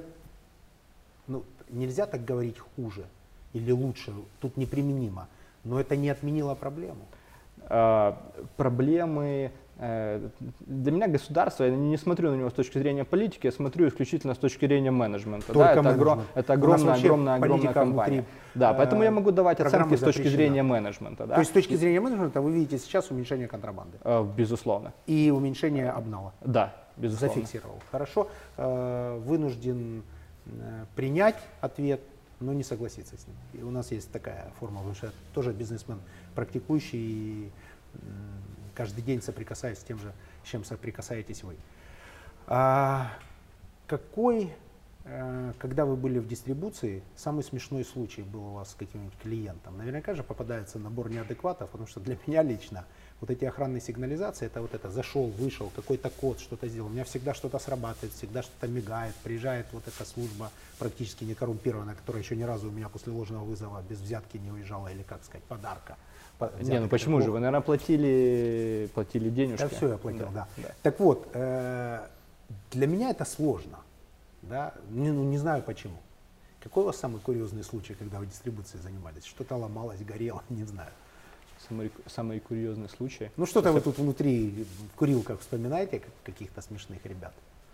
ну, нельзя так говорить хуже или лучше, тут неприменимо. Но это не отменило проблему. э, проблемы. э, Для меня государство, я не смотрю на него с точки зрения политики, я смотрю исключительно с точки зрения менеджмента. Только Да, это, огром- менеджмент. это У нас огромная, вообще огромная, огромная политика компания. внутри, Да, э, поэтому я могу давать оценки программы с точки запрещена. зрения менеджмента. Да? То есть с точки зрения менеджмента вы видите сейчас уменьшение контрабанды Э, Безусловно. и уменьшение обнала. Да, безусловно. Зафиксировал. Хорошо. Э, Вынужден э, принять ответ, но не согласиться с ним. И у нас есть такая форма, потому что я тоже бизнесмен практикующий, и м, каждый день соприкасаюсь с тем же, с чем соприкасаетесь вы. А какой когда вы были в дистрибуции, самый смешной случай был у вас с каким-нибудь клиентом? Наверняка же попадается набор неадекватов, потому что для меня лично вот эти охранные сигнализации, это вот это зашел, вышел, какой-то код, что-то сделал. У меня всегда что-то срабатывает, всегда что-то мигает, приезжает вот эта служба практически не коррумпированная, которая еще ни разу у меня после ложного вызова без взятки не уезжала или, как сказать, подарка. Не, ну почему же? Вы, наверное, платили, платили денежки. Да, все я платил, да. да. да. Так вот, э, для меня это сложно. Да? Не, ну, не знаю почему. Какой у вас самый курьезный случай, когда вы дистрибуцией занимались? Что-то ломалось, горело, не знаю. Самый, самый курьезный случай? Ну что-то вы тут внутри в курилках вспоминаете каких-то смешных ребят?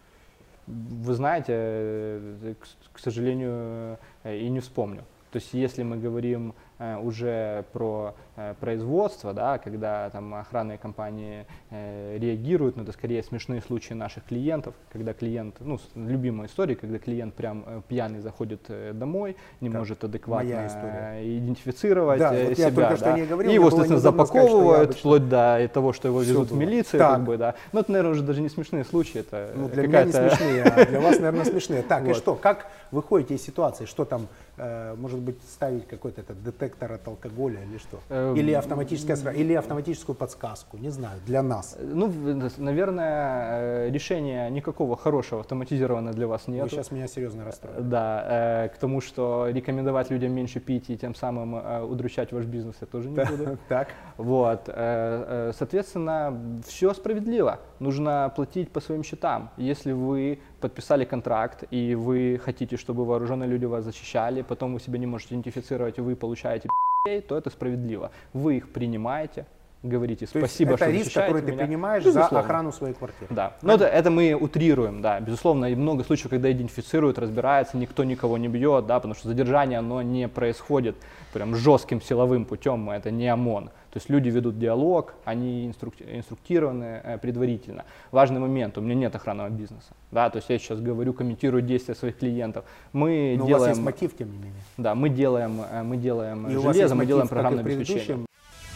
Вы знаете, к, к сожалению, и не вспомню. То есть если мы говорим э, уже про э, производство, да, когда там охранные компании э, реагируют, но это скорее смешные случаи наших клиентов, когда клиент, ну, любимая история, когда клиент прям э, пьяный заходит э, домой, не так, может адекватно э, идентифицировать да, э, вот себя, я только да, что не говорил, и его, соответственно, запаковывают, сказать, вплоть до того, что его везут в милицию, как бы, да. Но это, наверное, уже даже не смешные случаи, это ну, для меня не смешные, а для вас, наверное, смешные. Так, и что, как выходите из ситуации, что там, может быть, ставить какой-то этот детектор от алкоголя или что? Или, автоматическое, или автоматическую подсказку, не знаю, для нас. Ну, наверное, решения никакого хорошего автоматизированного для вас нет. Вы сейчас меня серьезно расстроили. Да, к тому, что рекомендовать людям меньше пить и тем самым удручать ваш бизнес, я тоже не буду. Так. Вот, соответственно, все справедливо. Нужно платить по своим счетам. Если вы подписали контракт и вы хотите, чтобы вооруженные люди вас защищали, потом вы себя не можете идентифицировать, и вы получаете пи***й, то это справедливо. Вы их принимаете, говорите спасибо, что защищаете меня. Это риск, который ты принимаешь за охрану своей квартиры. Да, но это, это мы утрируем, да, безусловно, и много случаев, когда идентифицируют, разбирается, никто никого не бьет, да, потому что задержание, оно не происходит прям жестким силовым путем, это не ОМОН. То есть люди ведут диалог, они инструктированы э, предварительно. Важный момент, у меня нет охранного бизнеса, да, то есть я сейчас говорю, комментирую действия своих клиентов. Мы но делаем, у вас есть мотив, тем не менее. Да, мы делаем, мы делаем и железо, мы делаем программное обеспечение.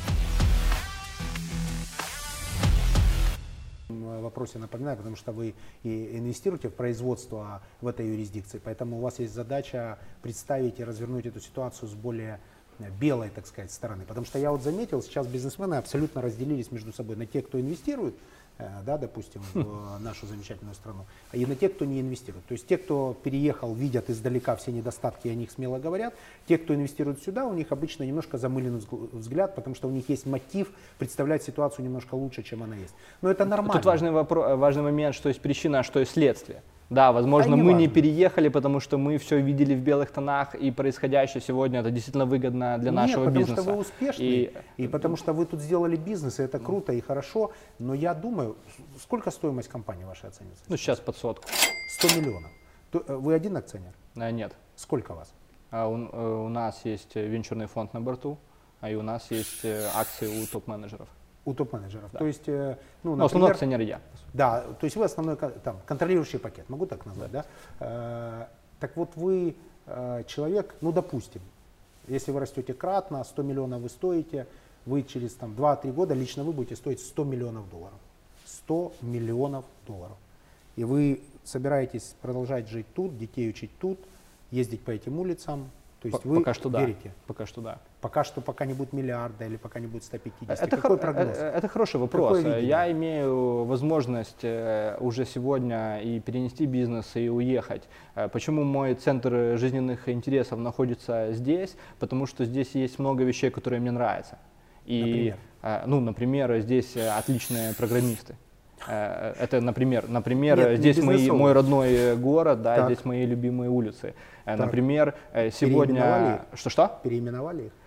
В вопросе напоминаю, потому что вы и инвестируете в производство в этой юрисдикции, поэтому у вас есть задача представить и развернуть эту ситуацию с более белой, так сказать, стороны. Потому что я вот заметил, сейчас бизнесмены абсолютно разделились между собой на тех, кто инвестирует, да, допустим, в нашу замечательную страну, и на тех, кто не инвестирует. То есть те, кто переехал, видят издалека все недостатки, и о них смело говорят. Те, кто инвестирует сюда, у них обычно немножко замыленный взгляд, потому что у них есть мотив представлять ситуацию немножко лучше, чем она есть. Но это нормально. Тут важный, вопрос, важный момент, что есть причина, а что есть следствие. Да, возможно, а не мы важно. не переехали, потому что мы все видели в белых тонах, и происходящее сегодня это действительно выгодно для Нет, нашего потому бизнеса. Потому что вы успешны, и... и потому что вы тут сделали бизнес, и это круто и хорошо. Но я думаю, сколько стоимость компании вашей оценится? Ну, сейчас под сотку. сто миллионов. Вы один акционер? А, нет. Сколько вас? А, у, у нас есть венчурный фонд на борту, а и у нас есть акции у топ-менеджеров. У топ-менеджеров. Да. То есть, ну, например, основной акционер я. Да, то есть вы основной там, контролирующий пакет, могу так назвать, да? да? Э, так вот вы э, человек, ну допустим, если вы растете кратно, сто миллионов вы стоите, вы через там, два-три года лично вы будете стоить сто миллионов долларов. сто миллионов долларов. И вы собираетесь продолжать жить тут, детей учить тут, ездить по этим улицам. То есть вы пока что верите? Да. Пока что да. Пока что пока не будет миллиарда или пока не будет ста пятидесяти. Это, Какой хор- прогноз? это, это хороший вопрос. Я имею возможность уже сегодня и перенести бизнес, и уехать. Почему мой центр жизненных интересов находится здесь? Потому что здесь есть много вещей, которые мне нравятся. И, например? Ну, например, здесь отличные программисты. Это, например, например Нет, здесь мои, мой родной город, да, так. здесь мои любимые улицы. Так. Например, сегодня... Что-что? Переименовали их?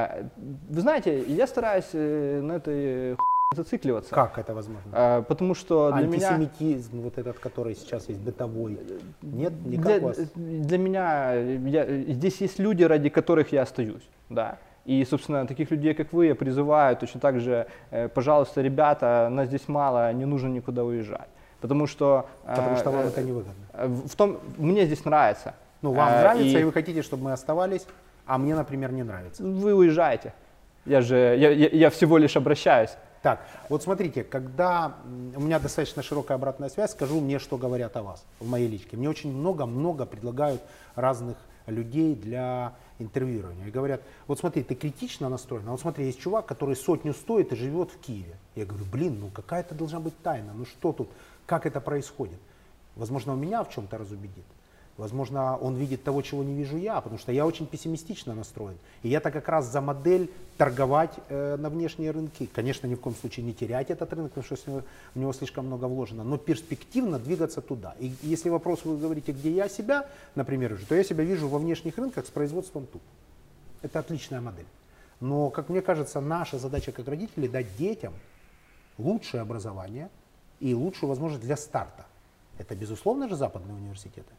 Вы знаете, я стараюсь на этой хуйне зацикливаться. Как это возможно? А, потому что для антисемитизм, меня... вот этот, который сейчас есть, бытовой, нет? Никак для, у вас? Для меня, я, здесь есть люди, ради которых я остаюсь, да. И, собственно, таких людей, как вы, я призываю точно так же, э, пожалуйста, ребята, нас здесь мало, не нужно никуда уезжать. Потому что... Э, потому что вам э, это невыгодно. В том, мне здесь нравится. Ну, вам э, нравится, и... и вы хотите, чтобы мы оставались, а мне, например, не нравится. Вы уезжаете. Я же, я, я, я всего лишь обращаюсь. Так, вот смотрите, когда у меня достаточно широкая обратная связь, скажу мне, что говорят о вас в моей личке. Мне очень много-много предлагают разных людей для интервьюирования. И говорят, вот смотри, ты критично настроен, а вот смотри, есть чувак, который сотню стоит и живет в Киеве. Я говорю, блин, ну какая-то должна быть тайна, ну что тут, как это происходит? Возможно, он меня в чем-то разубедит. Возможно, он видит того, чего не вижу я, потому что я очень пессимистично настроен. И я-то как раз за модель торговать э, на внешние рынки. Конечно, ни в коем случае не терять этот рынок, потому что в него слишком много вложено, но перспективно двигаться туда. И если вопрос вы говорите, где я себя, например, вижу, то я себя вижу во внешних рынках с производством тут. Это отличная модель. Но, как мне кажется, наша задача как родителей дать детям лучшее образование и лучшую возможность для старта. Это, безусловно же, западные университеты.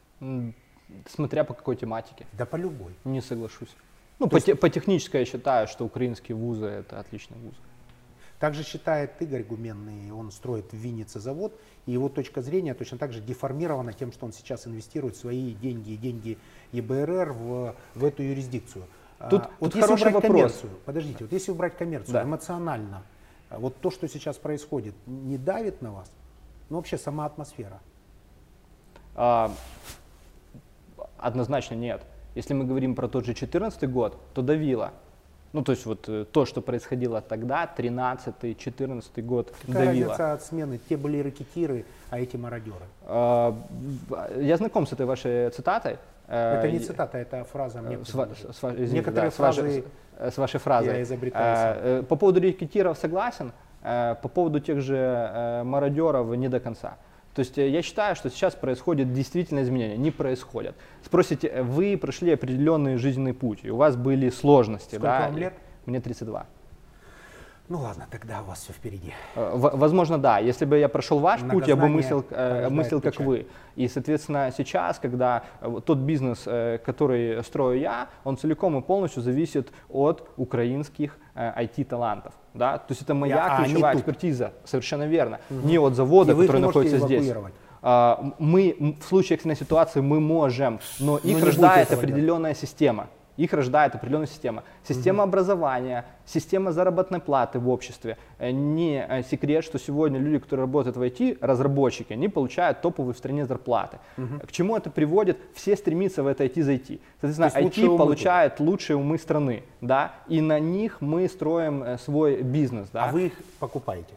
Смотря по какой тематике. Да по любой. Не соглашусь. Ну, по, есть... те, по технической я считаю, что украинские вузы это отличные вузы. Также считает Игорь Гуменный, он строит в Виннице завод, и его точка зрения точно так же деформирована тем, что он сейчас инвестирует свои деньги и деньги ЕБРР в, в эту юрисдикцию. Тут, а, тут вот если хороший убрать вопрос. коммерцию, подождите, вот если убрать коммерцию, да. эмоционально, вот то, что сейчас происходит, не давит на вас? Ну, вообще сама атмосфера. А, однозначно нет. Если мы говорим про тот же четырнадцатый год, то давило. Ну, то есть вот то, что происходило тогда, тринадцатый, четырнадцатый год, Какая давило. разница от смены? Те были рэкетиры, а эти мародеры. А, я знаком с этой вашей цитатой. Это не цитата, это фраза. Мне с, с, с, извините, Некоторые да, фразы с вашей, с вашей фразой. я изобретаю. По поводу рэкетиров согласен, по поводу тех же мародеров не до конца. То есть я считаю, что сейчас происходит действительно изменения, не происходят. Спросите, вы прошли определенный жизненный путь, и у вас были сложности. Сколько да? вам лет? Мне тридцать два. Ну ладно, тогда у вас все впереди. Возможно, да. Если бы я прошел ваш путь, я бы мыслил, мыслил как печаль. вы. И, соответственно, сейчас, когда тот бизнес, который строю я, он целиком и полностью зависит от украинских ай ти-талантов. Да? То есть это моя а ключевая экспертиза, совершенно верно. Угу. Не от завода, который находится здесь. Мы в случае экстренной ситуации мы можем, но их но рождает определенная система. Их рождает определенная система. Система угу. образования, система заработной платы в обществе. Не секрет, что сегодня люди, которые работают в ай ти, разработчики, они получают топовые в стране зарплаты. Угу. К чему это приводит? Все стремятся в это ай ти зайти. Соответственно, ай ти получает лучшие умы страны, да, и на них мы строим свой бизнес. Да. А вы их покупаете?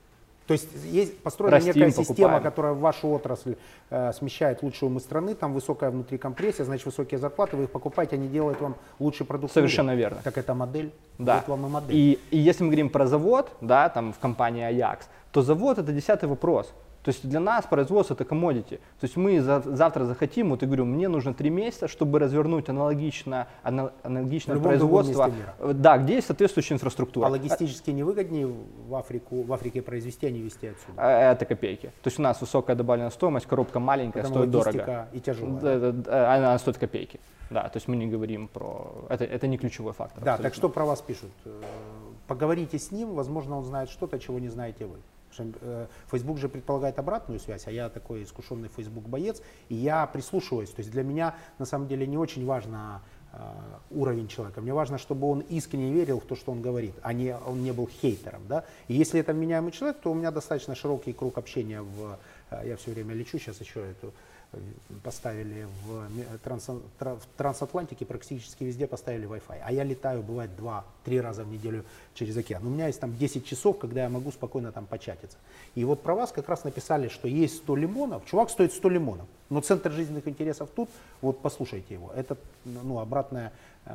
То есть есть построена Растим, некая система, покупаем. которая в вашу отрасль э, смещает лучшие умы страны, там высокая внутри компрессия, значит высокие зарплаты, вы их покупаете, они делают вам лучший продукт. Совершенно верно. Так это модель, да. вот вам и модель. И, и если мы говорим про завод, да, там в компании Ajax, то завод это десятый вопрос. То есть для нас производство это commodity. То есть мы за, завтра захотим, вот я говорю, мне нужно три месяца, чтобы развернуть аналогично, аналогичное производство. Да, где есть соответствующая инфраструктура. А логистически невыгоднее в Африку, в Африке произвести, а не везти отсюда? Это копейки. То есть у нас высокая добавленная стоимость, коробка маленькая, Потому стоит логистика дорого. И тяжелая. Она стоит копейки. Да, то есть мы не говорим про... Это, это не ключевой фактор. Да, абсолютно. так что про вас пишут? Поговорите с ним, возможно, он знает что-то, чего не знаете вы. Facebook же предполагает обратную связь, а я такой искушенный Facebook боец, и я прислушиваюсь. То есть для меня на самом деле не очень важно э, уровень человека, мне важно, чтобы он искренне верил в то, что он говорит, а не он не был хейтером. Да? И если это меняемый человек, то у меня достаточно широкий круг общения. В, э, я все время лечу, сейчас еще эту поставили в, транс, в трансатлантике, практически везде поставили Wi-Fi. А я летаю, бывает, два-три раза в неделю через океан. У меня есть там десять часов, когда я могу спокойно там початиться. И вот про вас как раз написали, что есть сто лимонов. Чувак стоит сто лимонов, но центр жизненных интересов тут. Вот послушайте его. Это ну, обратная э,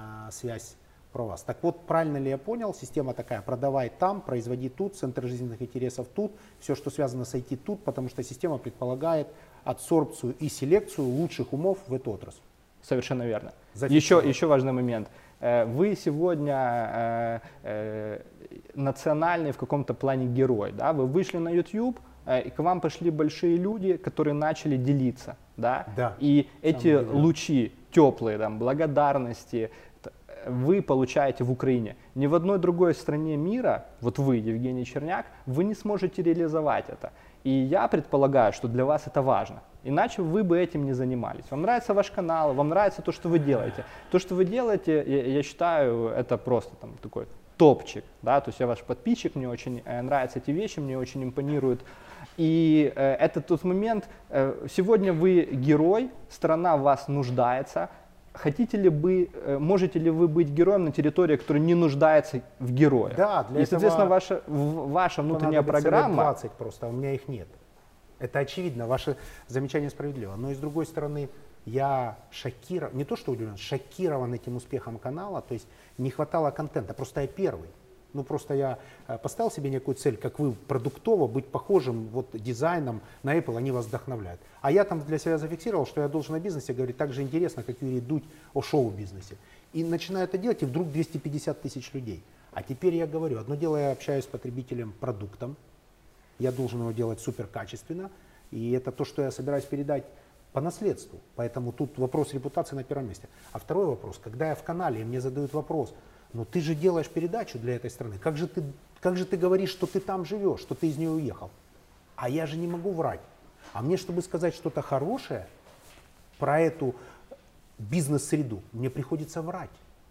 связь про вас. Так вот, правильно ли я понял, система такая: продавай там, производи тут, центр жизненных интересов тут, все, что связано с ай ти тут, потому что система предполагает адсорбцию и селекцию лучших умов в эту отрасль. Совершенно верно. Еще, еще важный момент. Вы сегодня э, национальный в каком-то плане герой. Да? Вы вышли на YouTube, и к вам пришли большие люди, которые начали делиться. Да? Да. И эти лучи теплые, там, благодарности, вы получаете в Украине. Ни в одной другой стране мира, вот вы, Евгений Черняк, вы не сможете реализовать это. И я предполагаю, что для вас это важно. Иначе вы бы этим не занимались. Вам нравится ваш канал, вам нравится то, что вы делаете. То, что вы делаете, я, я считаю, это просто там такой топчик. Да? То есть я ваш подписчик, мне очень э, нравятся эти вещи, мне очень импонируют. И э, это тот момент, э, сегодня вы герой, страна в вас нуждается. Хотите ли вы, э, можете ли вы быть героем на территории, которая не нуждается в героях? Да, для И, соответственно, этого ваша, в- ваша внутренняя понадобится лет программа... двадцать просто, а у меня их нет. Это очевидно, ваше замечание справедливо. Но и с другой стороны, я шокирован, не то что удивлен, шокирован этим успехом канала, то есть не хватало контента, просто я первый. Ну просто я э, поставил себе некую цель, как вы, продуктово, быть похожим вот дизайном на Apple, они вас вдохновляют. А я там для себя зафиксировал, что я должен о бизнесе говорить так же интересно, как Юрий Дудь о шоу-бизнесе. И начинаю это делать, и вдруг двести пятьдесят тысяч людей. А теперь я говорю, одно дело я общаюсь с потребителем продуктом, я должен его делать супер качественно, и это то, что я собираюсь передать по наследству. Поэтому тут вопрос репутации на первом месте. А второй вопрос, когда я в канале, и мне задают вопрос, ну ты же делаешь передачу для этой страны, как же ты, как же ты говоришь, что ты там живешь, что ты из нее уехал? А я же не могу врать. А мне, чтобы сказать что-то хорошее про эту бизнес-среду, мне приходится врать.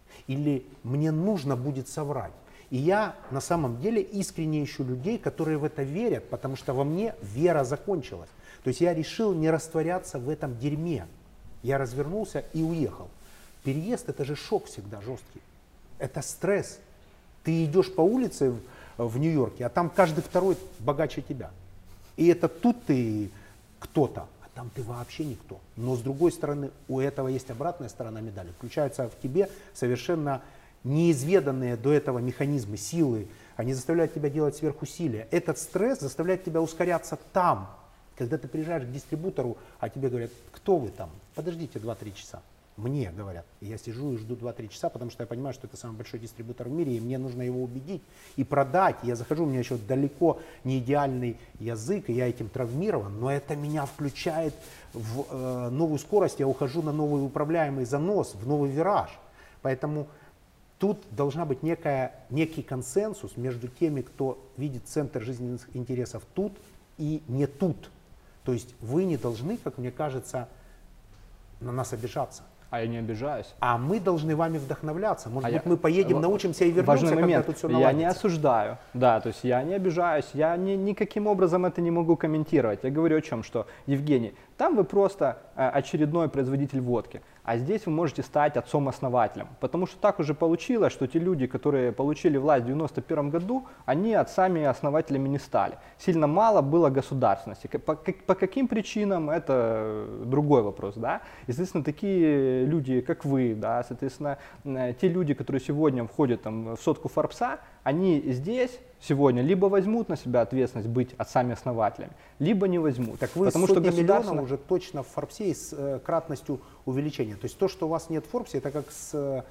Или мне нужно будет соврать. И я на самом деле искренне ищу людей, которые в это верят, потому что во мне вера закончилась. То есть я решил не растворяться в этом дерьме. Я развернулся и уехал. Переезд — это же шок всегда жесткий. Это стресс. Ты идешь по улице в, в Нью-Йорке, а там каждый второй богаче тебя. И это тут ты кто-то, а там ты вообще никто. Но с другой стороны, у этого есть обратная сторона медали. Включаются в тебе совершенно неизведанные до этого механизмы, силы. Они заставляют тебя делать сверхусилия. Этот стресс заставляет тебя ускоряться там. Когда ты приезжаешь к дистрибутору, а тебе говорят, кто вы там? Подождите два-три часа. Мне говорят. И я сижу и жду два-три часа, потому что я понимаю, что это самый большой дистрибутор в мире, и мне нужно его убедить и продать. Я захожу, у меня еще далеко не идеальный язык, и я этим травмирован, но это меня включает в э, новую скорость, я ухожу на новый управляемый занос, в новый вираж. Поэтому тут должна быть некая, некий консенсус между теми, кто видит центр жизненных интересов тут и не тут. То есть вы не должны, как мне кажется, на нас обижаться. А я не обижаюсь. А мы должны вами вдохновляться. Может А быть, я... мы поедем, научимся и вернемся, Важный когда момент. тут все Я наладится. не осуждаю. Да, то есть я не обижаюсь, я ни, никаким образом это не могу комментировать. Я говорю о чем, что, Евгений, там вы просто э, очередной производитель водки, а здесь вы можете стать отцом-основателем. Потому что так уже получилось, что те люди, которые получили власть в девяносто первом году, они отцами-основателями не стали. Сильно мало было государственности. По, по каким причинам, это другой вопрос. Да? Естественно, такие люди, как вы, да, соответственно, те люди, которые сегодня входят там, в сотку Форбса, они здесь сегодня либо возьмут на себя ответственность быть отцами-основателями, либо не возьмут. Так вы потому сотни что государственно... миллионов уже точно в Форбсе с э, кратностью увеличения. То есть то, что у вас нет в Форбсе, это как с э,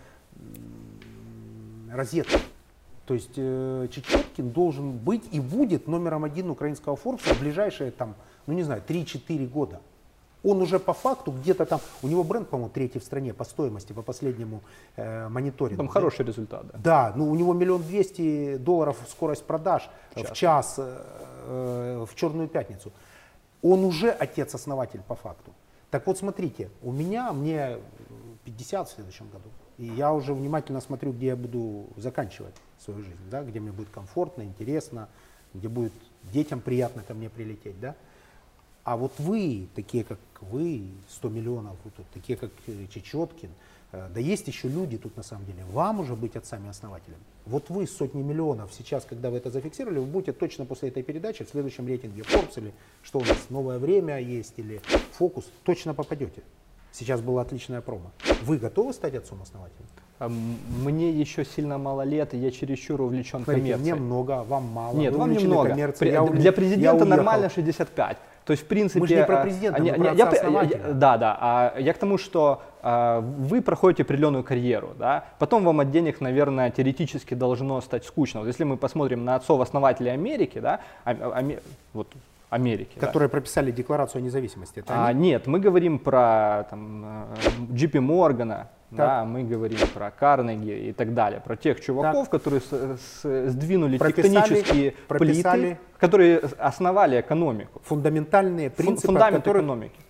розеткой. То есть э, Чечеткин должен быть и будет номером один украинского Форбса в ближайшие там, ну не знаю, три-четыре года. Он уже по факту где-то там, у него бренд, по-моему, третий в стране по стоимости, по последнему э, мониторингу. Там хороший результат, да. Да, ну у него миллион двести долларов скорость продаж в час, в, час э, в Черную пятницу. Он уже отец-основатель по факту. Так вот смотрите, у меня, мне пятьдесят в следующем году, и я уже внимательно смотрю, где я буду заканчивать свою жизнь, да, где мне будет комфортно, интересно, где будет детям приятно ко мне прилететь, да. А вот вы, такие как вы, сто миллионов, вы тут, такие как Чечеткин, да есть еще люди тут на самом деле, вам уже быть отцами-основателями. Вот вы сотни миллионов сейчас, когда вы это зафиксировали, вы будете точно после этой передачи в следующем рейтинге Forbes или что у нас, Новое время есть или Фокус, точно попадете. Сейчас была отличная промо. Вы готовы стать отцом-основателем? Мне еще сильно мало лет, и я чересчур увлечен Смотрите, коммерцией. мне много, вам мало. Нет, вы вам увлечены немного. коммерцией, При, я, для президента я нормально шестьдесят пять. То есть, в принципе... Мы же не про а, президента, а, мы не, про я, отца-основателя. я, да, да. А я к тому, что а, вы проходите определенную карьеру, да, потом вам от денег, наверное, теоретически должно стать скучно. Вот если мы посмотрим на отцов-основателей Америки, да, а, а, вот, Америки. Которые да. прописали декларацию о независимости. Это А, они? нет, мы говорим про там, Джей Пи Моргана, да, мы говорим про Карнеги и так далее, про тех чуваков, так. которые с, с, сдвинули прописали, тектонические прописали плиты, которые основали экономику. Фундаментальные принципы, Фундамент которых, экономики.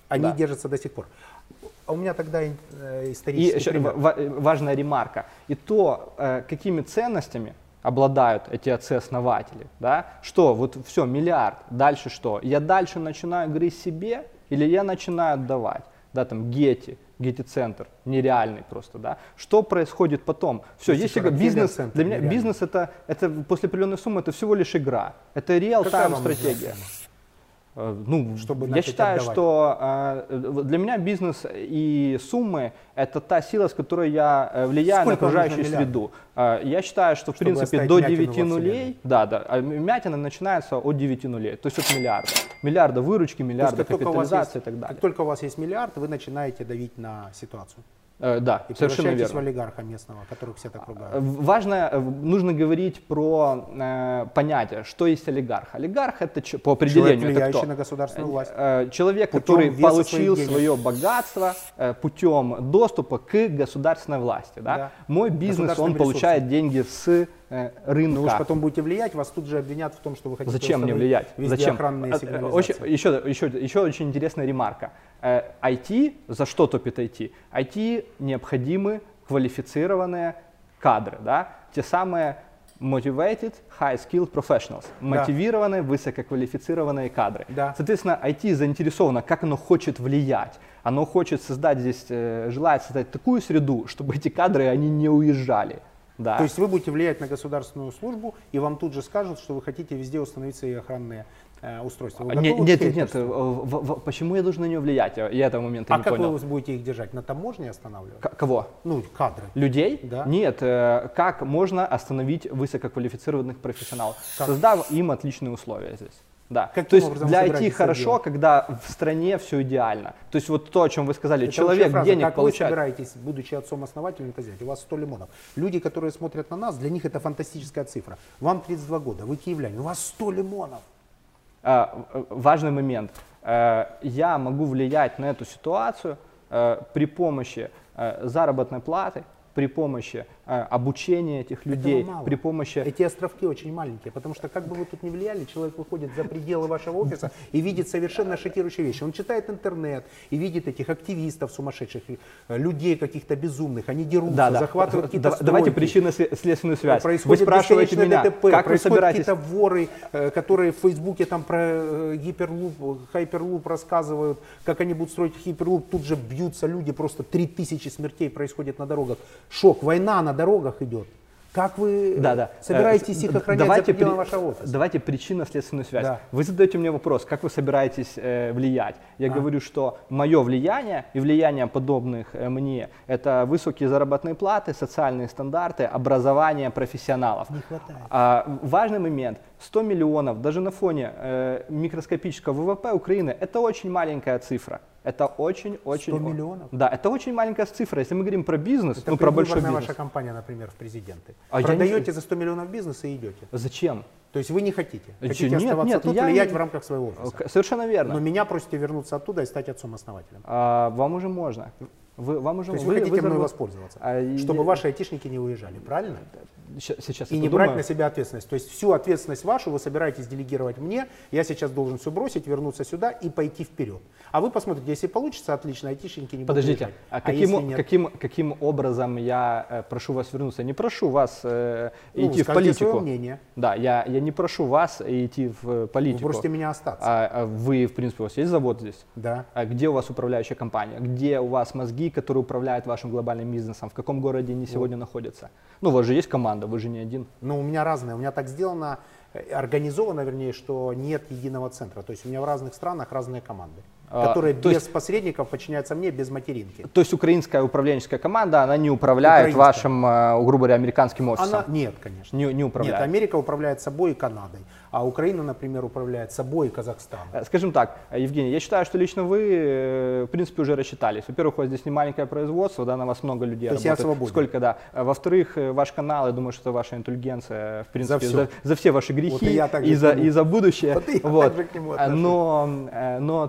Они Да. держатся до сих пор. А у меня тогда э, И исторический еще пример. ва- важная ремарка. И то, э, какими ценностями обладают эти отцы-основатели, да, что вот все, миллиард, дальше что? Я дальше начинаю грызть себе или я начинаю отдавать? Да, там Гетти, Гетти-центр, нереальный просто, да. Что происходит потом? Все, Есть если еще бизнес, Рокфеллер-центр для меня нереальный. бизнес это, это после определенной суммы это всего лишь игра. Это Какая реал-тайм вам нужна стратегия. сумма? Э, Ну, Чтобы я начать считаю, отдавать? что э, для меня бизнес и суммы это та сила, с которой я э, влияю Сколько на вам нужно окружающую миллиардов? среду. Э, я считаю, что в Чтобы принципе оставить до мятину девяти во нулей, вселенной? да, да, а мятина начинается от девяти нулей, то есть от миллиарда. Миллиарда выручки, То есть, миллиарда как только у вас капитализации есть- и так далее. Как только у вас есть миллиард, вы начинаете давить на ситуацию. Э, да, И совершенно превращаетесь верно. в олигарха местного, которых все так ругают. Э, Важно, э, нужно говорить про э, понятие, что есть олигарх. Олигарх это ч- по определению Человек, это влияющий кто? на государственную власть. Э, Человек, Путем который веса получил своих денег. свое богатство э, путем доступа к государственной власти. Да? Да. Мой бизнес, он Государственными получает деньги с э, рынка. Но вы же потом будете влиять, вас тут же обвинят в том, что вы хотите Зачем мне установить влиять? везде Зачем? охранные Э, э, сигнализации. Очень, еще, еще, еще очень интересная ремарка. Э, ай ти, за что топит ай ти? ай ти необходимы квалифицированные кадры, да? Те самые motivated, high-skilled professionals, мотивированные, высококвалифицированные кадры. Да. Соответственно, ай ти заинтересовано, как оно хочет влиять. Оно хочет создать здесь, э, желает создать такую среду, чтобы эти кадры, они не уезжали. Да. То есть вы будете влиять на государственную службу, и вам тут же скажут, что вы хотите везде установить свои охранные э, устройства. Вы Нет, готовы к нет, нет, нет, хейтерству? э, в- в- почему я должен на нее влиять? Я, я этого момента А не как понял. вы будете их держать? На таможне останавливать? К- кого? Ну, кадры. Людей? Да. Нет, э, как можно остановить высококвалифицированных профессионалов, Как? создав им отличные условия здесь. Да. Каким То есть образом для ай ти собираетесь это хорошо, делать? когда в стране все идеально. То есть вот то, о чем вы сказали, Это человек лучшая фраза. денег Как получает. вы собираетесь, будучи отцом-основателем, это сделать? У вас сто лимонов. Люди, которые смотрят на нас, для них это фантастическая цифра. Вам тридцать два года, вы киевляне, у вас сто лимонов. А, э, важный момент. Э, Я могу влиять на эту ситуацию э, при помощи э, заработной платы, при помощи э, обучения этих людей, мало. при помощи... Эти островки очень маленькие, потому что как бы вы тут ни влияли, человек выходит за пределы вашего офиса и видит совершенно шокирующие вещи. Он читает интернет и видит этих активистов сумасшедших, э, людей каких-то безумных, они дерутся, Да, да. захватывают какие-то Да- Давайте стройки. причинно-следственную связь. Вы Происходит спрашиваете бесконечное меня, ДТП, как вы происходят собираетесь... какие-то воры, э, которые в Фейсбуке там про э, гиперлуп, хайперлуп рассказывают, как они будут строить гиперлуп, тут же бьются люди, просто три тысячи смертей происходит на дорогах. Шок, война на дорогах идет. Как вы Да, да. собираетесь Э, их д- охранять давайте за пределами при- вашего офиса? Давайте причинно-следственную связь. Да. Вы задаете мне вопрос, как вы собираетесь э, влиять? Я А. говорю, что мое влияние и влияние подобных э, мне – это высокие заработные платы, социальные стандарты, образование профессионалов. Не хватает. А, важный момент. сто миллионов, даже на фоне э, микроскопического вэ вэ пэ Украины, это очень маленькая цифра. Это очень-очень... сто миллионов? Да, это очень маленькая цифра. Если мы говорим про бизнес, Это ну про большой предвыборная бизнес. ваша компания, например, в президенты. А я Продаете не- за сто миллионов бизнеса и идете. Зачем? То есть вы не хотите. Э, Хотите нет, оставаться нет, тут, я влиять не- в рамках своего офиса. К- Совершенно верно. Но меня просите вернуться оттуда и стать отцом-основателем. А, вам уже можно. Вы, вам уже То есть вы, хотите мной заработ- воспользоваться, А, и- чтобы ваши айтишники не уезжали, правильно? Ща- Сейчас И я не подумаю. брать на себя ответственность. То есть всю ответственность вашу вы собираетесь делегировать мне, я сейчас должен все бросить, вернуться сюда и пойти вперед. А вы посмотрите, если получится, отлично, айтишники не будут Подождите, уезжать. а А каким, если о- нет? каким, каким образом я э, прошу вас вернуться? Не прошу вас э, Ну, идти в скажите свое политику. мнение. Да, я, я не прошу вас идти в э, Вы политику. просите меня остаться. А, а вы, в принципе, у вас есть завод здесь? Да. А где у вас управляющая компания? Где у вас мозги, которые управляют вашим глобальным бизнесом? В каком городе они сегодня находятся? Ну, у вас же есть команда, вы же не один. Но у меня разные. У меня так сделано, э, организовано, вернее, что нет единого центра. То есть у меня в разных странах разные команды, А, которые то без есть- посредников подчиняются мне, без материнки. То есть украинская управленческая команда, она не управляет Украинская. вашим, э, грубо говоря, американским офисом? Она... Нет, конечно. Не, не управляет? Нет, Америка управляет собой и Канадой, а Украина, например, управляет собой и Казахстаном. Э, Скажем так, э, Евгений, я считаю, что лично вы, э, в принципе, уже рассчитались. Во-первых, у вас здесь не маленькое производство, да, на вас много людей То есть я работает. свободен. Сколько, да. А Во-вторых, э, ваш канал, я думаю, что это ваша интеллигенция, в принципе, всё. за, за все ваши грехи Вот и я так же и, за, к нему. и за будущее. Вот и я Вот. так же к нему А, отношусь. Но, э, но тут э,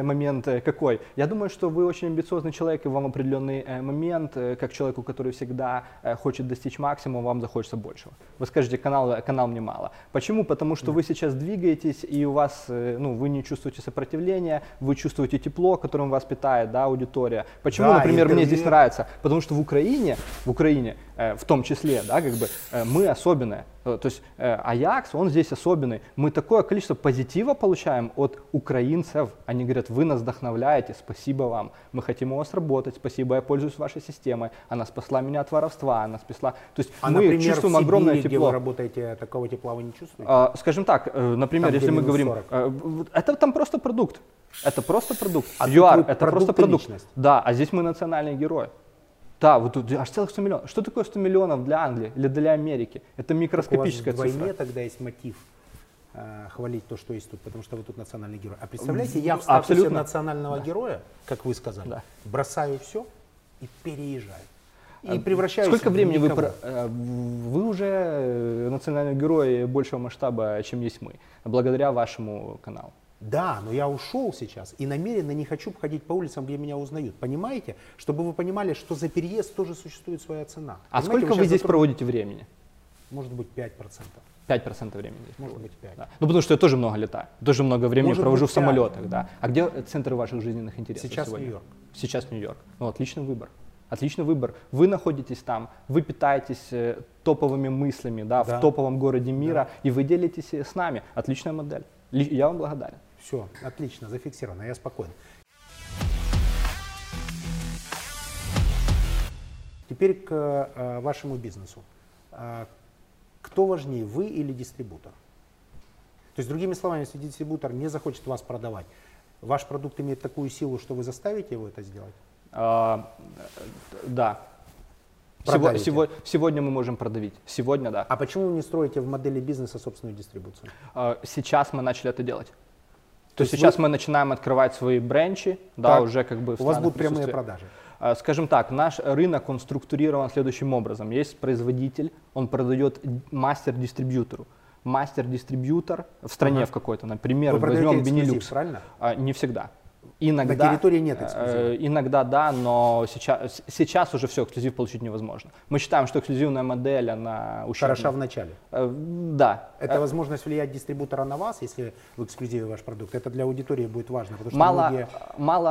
э, момент э, какой? Я думаю, что вы очень амбициозный человек, и вам определенный э, момент, э, как человеку, который всегда э, хочет достичь максимума, вам захочется большего. Вы скажете, канал, канал мне мало. Почему? Потому что вы сейчас двигаетесь, и у вас, э, ну, вы не чувствуете сопротивления, вы чувствуете тепло, которым вас питает, да, аудитория. Почему, да, например, интервью. мне здесь нравится? Потому что в Украине, в Украине, э, в том числе, да, как бы, э, мы особенные. То есть э, Аякс, он здесь особенный. Мы такое количество позитива получаем от украинцев. Они говорят, вы нас вдохновляете, спасибо вам. Мы хотим у вас работать, спасибо, я пользуюсь вашей системой. Она спасла меня от воровства, она спасла. То есть а, мы например, чувствуем в Сибири, огромное где тепло. вы работаете, такого тепла вы не чувствуете? А, скажем так, э, например, Там, если где мы минус говорим, сорок. э, это там просто продукт. Это просто продукт. А тут ЮАР, вы это продукт просто и продукт. личность. Да, а здесь мы национальные герои. Да, вот тут аж целых сто миллионов. Что такое сто миллионов для Англии или для Америки? Это микроскопическая у вас цифра. вдвойне тогда есть мотив э, хвалить то, что есть тут, потому что вы тут национальный герой. А представляете, я в статусе Абсолютно. национального да. героя, как вы сказали, Да. бросаю все и переезжаю. И А превращаюсь Сколько в времени вы, никого. про- э, вы уже э, национальный герой большего масштаба, чем есть мы, благодаря вашему каналу? Да, но я ушел сейчас и намеренно не хочу ходить по улицам, где меня узнают. Понимаете? Чтобы вы понимали, что за переезд тоже существует своя цена. А Понимаете, сколько вы сейчас здесь затронули- проводите времени? Может быть, пять процентов. пять процентов времени здесь Может проводите. быть, пять. Да. Ну, потому что я тоже много летаю, тоже много времени Может провожу быть, в пять. самолетах. Да. А где центры ваших жизненных интересов Сейчас сегодня? Нью-Йорк. Сейчас Нью-Йорк. Ну, отличный выбор. Отличный выбор. Вы находитесь там, вы питаетесь э, топовыми мыслями, да, Да. в топовом городе мира, Да. и вы делитесь э, с нами. Отличная модель. Ли- Я вам благодарен. Все, отлично, зафиксировано, я спокоен. Теперь к э, вашему бизнесу. Э, кто важнее, вы или дистрибутор? То есть, другими словами, если дистрибутор не захочет вас продавать, ваш продукт имеет такую силу, что вы заставите его это сделать? А, да. Сего- Продавите. сего- сегодня мы можем продавить. Сегодня, да. А почему вы не строите в модели бизнеса собственную дистрибуцию? А, Сейчас мы начали это делать. То, То есть есть сейчас вы- мы начинаем открывать свои бренчи, да, Так, уже как бы в у вас странах будут прямые присутствия. продажи. А, Скажем так, наш рынок, он структурирован следующим образом. Есть производитель, он продает мастер-дистрибьютору. Мастер-дистрибьютор в стране Ага. в какой-то, например, Вы продаете возьмем эксклюзив, Benelux. правильно? А, Не всегда. Иногда, На территории нет э, эксклюзива. Иногда да, но сейчас, сейчас уже все, эксклюзив получить невозможно. Мы считаем, что эксклюзивная модель, она ущербна. Хороша в начале. Э, Да. Это Э, возможность влиять дистрибутора на вас, если в эксклюзиве ваш продукт. Это для аудитории будет важно, потому что Мало, многие... мало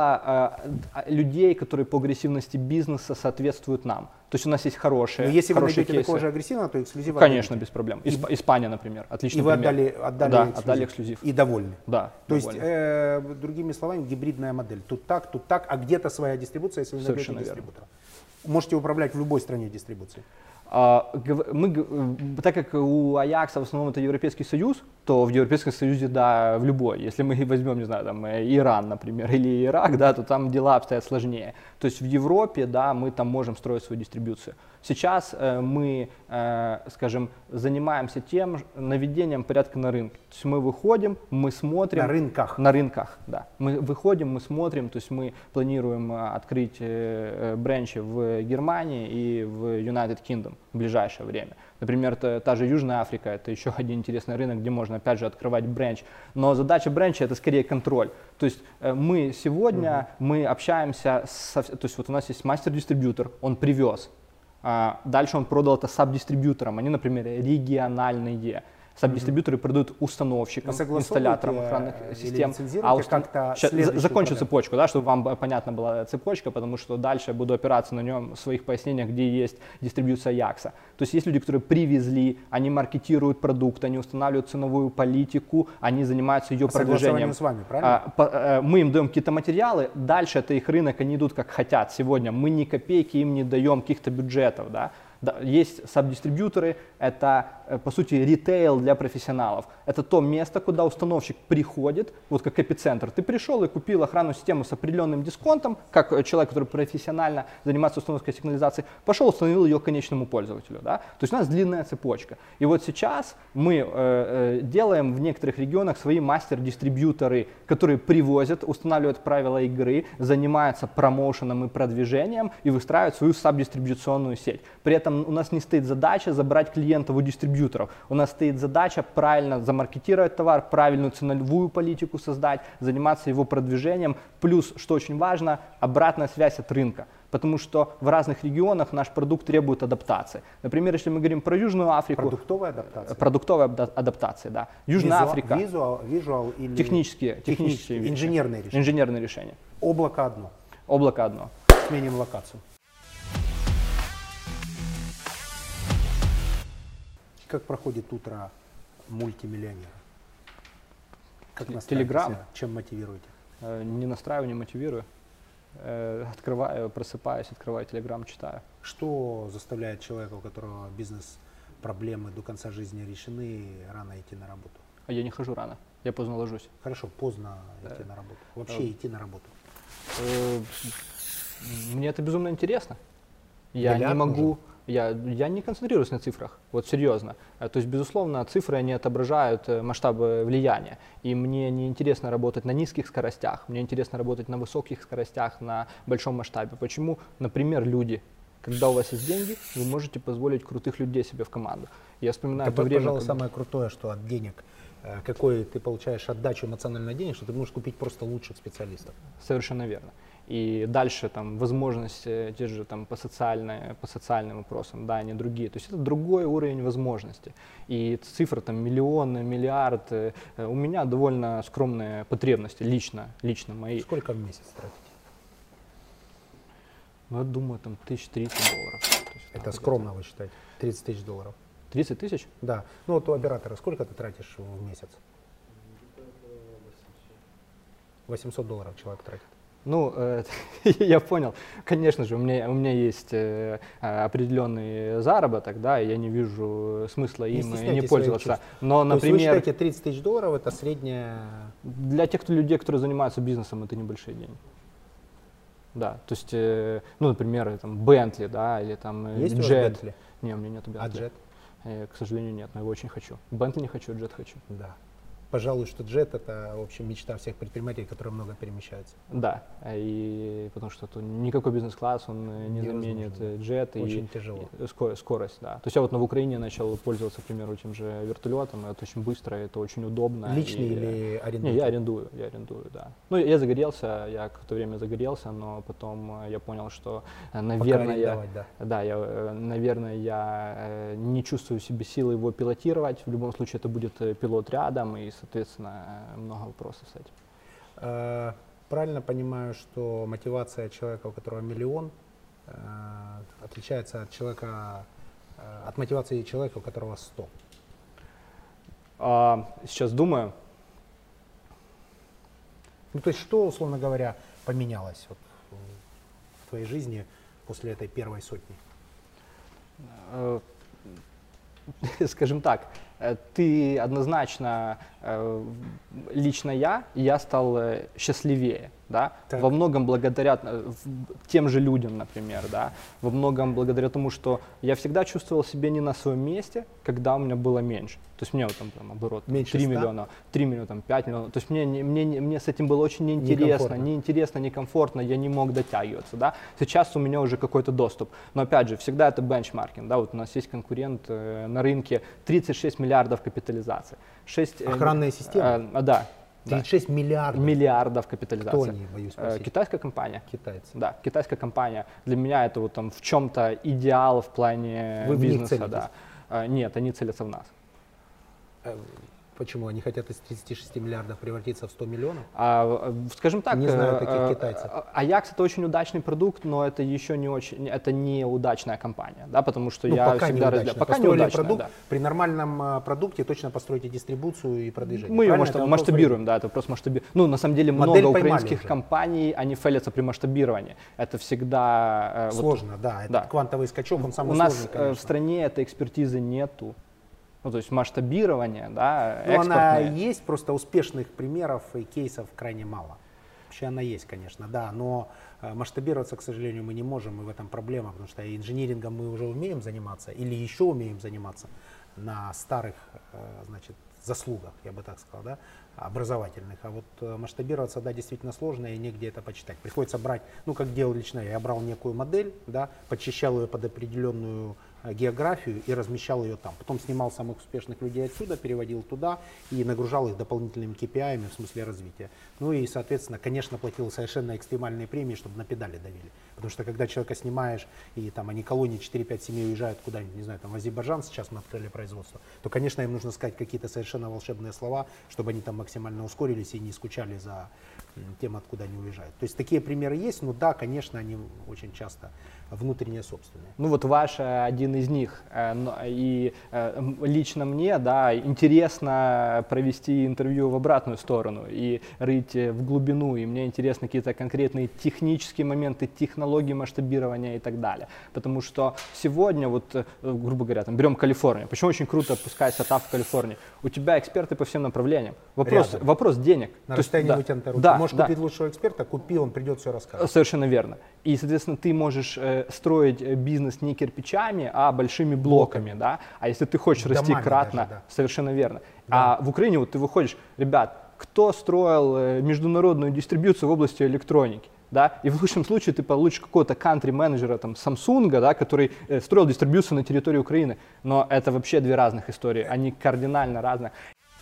э, людей, которые по агрессивности бизнеса соответствуют нам. То есть у нас есть хорошие, Но если вы хорошие найдете кейсы. такого же агрессивного, то эксклюзив Конечно, отдадите. без проблем. Исп- Испания, например, отличный И вы пример. отдали, отдали, Да, эксклюзив. отдали эксклюзив. И довольны. Да, То есть, довольны. э, другими словами, гибридная модель. Тут так, тут так, а где-то своя дистрибуция, если вы найдете Совершенно верно. дистрибутора. Можете управлять в любой стране дистрибуцией. А, гов- мы, г- э, так как у Аякса в основном это Европейский Союз, то в Европейском Союзе, да, в любой. Если мы возьмем, не знаю, там, э, Иран, например, или Ирак, да, то там дела обстоят сложнее. То есть в Европе, да, мы там можем строить свою дистрибуцию. Сейчас э, мы, э, скажем, занимаемся тем, ж- наведением порядка на рынке. То есть мы выходим, мы смотрим. На рынках. На рынках, да. Мы выходим, мы смотрим, то есть мы планируем э, открыть э, э, бренчи в Германии и в United Kingdom в ближайшее время. Например, та, та же Южная Африка, это еще один интересный рынок, где можно опять же открывать бренч. Но задача бренча это скорее контроль. То есть э, мы сегодня, мы общаемся, со, то есть вот у нас есть мастер-дистрибьютор, он привез. А, дальше он продал это саб-дистрибьюторам, они, например, региональные. Саб-дистрибьюторы продают установщикам, Вы согласовываете, инсталляторам охранных э, или систем. лицензируете устан- как-то Щас следующую закончу продажу? цепочку, да, чтобы вам э, понятна была цепочка, потому что дальше я буду опираться на нем в своих пояснениях, где есть дистрибьюция Якса. То есть есть люди, которые привезли, они маркетируют продукт, они устанавливают ценовую политику, они занимаются ее По согласованию продвижением. с вами, правильно? А, по- э, мы им даем какие-то материалы, дальше это их рынок, они идут как хотят. Сегодня мы ни копейки им не даем каких-то бюджетов, да. Да, есть саб-дистрибьюторы, это э, по сути ритейл для профессионалов. Это то место, куда установщик приходит, вот как эпицентр. Ты пришел и купил охранную систему с определенным дисконтом, как э, человек, который профессионально занимается установкой сигнализации, пошел, установил ее конечному пользователю. Да? То есть у нас длинная цепочка. И вот сейчас мы э, э, делаем в некоторых регионах свои мастер-дистрибьюторы, которые привозят, устанавливают правила игры, занимаются промоушеном и продвижением и выстраивают свою саб-дистрибьюционную сеть. При этом у нас не стоит задача забрать клиента у дистрибьютора дистрибьюторов. У нас стоит задача правильно замаркетировать товар, правильную ценовую политику создать, заниматься его продвижением. Плюс, что очень важно, обратная связь от рынка. Потому что в разных регионах наш продукт требует адаптации. Например, если мы говорим про Южную Африку. Продуктовая адаптация? Продуктовая адаптация, да. Южная Визуал, Африка. Визуал, визуал или Технические, технические вещи. инженерные решения. Инженерные решения. Облако одно. Облако одно. Сменим локацию. Как проходит утро мультимиллионера? Как настраиваете Телеграм. себя? Чем мотивируете? Э, Не настраиваю, не мотивирую. Э, Открываю, просыпаюсь, открываю Телеграм, читаю. Что заставляет человека, у которого бизнес-проблемы до конца жизни решены, рано идти на работу? А я не хожу рано, я поздно ложусь. Хорошо, поздно идти на работу. Вообще идти на работу. Э, Мне это безумно интересно. Я Миллиард не могу, нужен? я, я не концентрируюсь на цифрах, вот серьезно. Э, То есть, безусловно, цифры, они отображают э, масштабы влияния. И мне не интересно работать на низких скоростях, мне интересно работать на высоких скоростях, на большом масштабе. Почему, например, люди, когда у вас есть деньги, вы можете позволить крутых людей себе в команду. Я вспоминаю Это, то время, пожалуй, когда- самое крутое, что от денег, э, какой ты получаешь отдачу эмоциональных денег, что ты можешь купить просто лучших специалистов. Совершенно верно. И дальше там возможности те же там по, социальной, по социальным вопросам, да, они другие. То есть это другой уровень возможностей. И цифры там миллионы, миллиарды. Э, У меня довольно скромные потребности лично, лично мои. Сколько в месяц тратите? Ну, я думаю, там тысяч тридцать долларов. То есть, Это там скромно вы считаете? тридцать тысяч долларов. тридцать тысяч? Да. Ну вот у оператора сколько ты тратишь в месяц? восемьсот долларов человек тратит. Ну, э, я понял. Конечно же, у меня, у меня есть э, определенный заработок, да, и я не вижу смысла Не им и не стесняйтесь пользоваться. своих чувств. Но, То есть вы например, считаете тридцать тысяч долларов это средняя... для тех кто, людей, которые занимаются бизнесом, это небольшие деньги. Да, то есть, э, ну, например, там, Bentley, да, или там э, Есть у вас Jet. Bentley? Не, у меня нет Bentley. А Jet? Э, к сожалению, нет, но его очень хочу. Bentley не хочу, Jet хочу. Да. Пожалуй, что Jet это, в общем, мечта всех предпринимателей, которые много перемещаются. Да, э, и потому что тут никакой бизнес-класс, он э, не Невозможно, заменит да. э, Jet Очень и, тяжело. и ска- скорость, да. То есть я вот в Украине начал пользоваться, к примеру, тем же вертолетом, это очень быстро, это очень удобно. Личный и, или Не, арендуете? я арендую, я арендую, да. Ну, я загорелся, я какое-то время загорелся, но потом э, я понял, что, э, наверное, я, арендовать, да. да, я, э, наверное, я э, не чувствую в себе силы его пилотировать. В любом случае, это будет э, пилот рядом, и, соответственно, э, много вопросов с этим. Э, Правильно понимаю, что мотивация человека, у которого миллион, э, отличается от человека, э, от мотивации человека, у которого сто. А, сейчас думаю. Ну, то есть что, условно говоря, поменялось вот в твоей жизни после этой первой сотни? э, Скажем так, э, ты однозначно, э, лично я, я стал э, счастливее, да, Так. во многом благодаря э, в- тем же людям, например, да, во многом благодаря тому, что я всегда чувствовал себя не на своем месте, когда у меня было меньше. То есть мне вот там, там оборот там, Меньше три ста? миллиона, три миллиона, там, пять миллионов. То есть мне, не- мне, не- мне с этим было очень неинтересно, Некомфортно. неинтересно, некомфортно, я не мог дотягиваться, да. Сейчас у меня уже какой-то доступ. Но опять же, всегда это бенчмаркинг, да, вот у нас есть конкурент э, на рынке, тридцать шесть миллиардов капитализации. шесть, э, Охранные системы? э, да. да. тридцать шесть миллиардов. Миллиардов капитализации. Кто они, боюсь Э, спросить? Китайская компания. Китайцы. Да, китайская компания. Для меня это вот там в чем-то идеал в плане Вы в них бизнеса, целитесь? да. Э, Нет, они целятся в нас. Э, Почему? Они хотят из тридцати шести миллиардов превратиться в сто миллионов? А, э, скажем так, Не знаю э, таких э, китайцев. э, Аякс это очень удачный продукт, но это еще не очень, это не удачная компания, да, потому что Ну, я пока всегда неудачно. разделяю. Пока Построили неудачная, продукт, да. при нормальном э, продукте точно построите дистрибуцию и продвижение. Мы ее Правильно? масштаб- Это вопрос масштабируем, да, это просто масштабируем. Ну, на самом деле, Модель много поймали украинских уже. компаний, они фейлятся при масштабировании. Это всегда... э, времени. вот Сложно, да. Этот да. квантовый скачок, он самый у нас сложный, э, конечно. в стране этой экспертизы нету. Ну, то есть масштабирование, да, Ну, она экспортное. есть, просто успешных примеров и кейсов крайне мало. Вообще она есть, конечно, да, но э, масштабироваться, к сожалению, мы не можем, и в этом проблема, потому что инжинирингом мы уже умеем заниматься или еще умеем заниматься на старых, э, значит, заслугах, я бы так сказал, да, образовательных. А вот э, масштабироваться, да, действительно сложно, и негде это почитать. Приходится брать, ну, как делал лично я, я брал некую модель, да, подчищал ее под определенную э, географию и размещал ее там. Потом снимал самых успешных людей отсюда, переводил туда и нагружал их дополнительными кей пи ай-ами в смысле развития. Ну и, соответственно, конечно, платил совершенно экстремальные премии, чтобы на педали давили. Потому что когда человека снимаешь, и там они колонии четыре-пять семей уезжают куда-нибудь, не знаю, там в Азербайджан, сейчас мы открыли производство, то, конечно, им нужно сказать какие-то совершенно волшебные слова, чтобы они там максимально ускорились и не скучали за тем, откуда они уезжают. То есть такие примеры есть, но да, конечно, они очень часто внутренние собственные. Ну вот ваш э, один из них. Э, но, и э, м, лично мне, да, интересно провести интервью в обратную сторону и рыть э, в глубину. И мне интересны какие-то конкретные технические моменты, технологии масштабирования и так далее. Потому что сегодня, вот, э, грубо говоря, там, берем Калифорнию. Почему очень круто пускать стартап в Калифорнии? У тебя эксперты по всем направлениям. Вопрос, вопрос денег. На То есть, расстоянии да, вытянутой руки. да, Можешь да. купить лучшего эксперта, купи, он придет, все расскажет. Совершенно верно. И, соответственно, ты можешь э, строить э, бизнес не кирпичами, а большими блоками, да. А если ты хочешь Домами расти кратно, даже, да. совершенно верно. Да. А в Украине вот ты выходишь, ребят, кто строил э, международную дистрибьюцию в области электроники? Да, и в лучшем случае ты получишь какого-то кантри-менеджера там Samsung, да, который э, строил дистрибьюцию на территории Украины. Но это вообще две разных истории, они кардинально разные.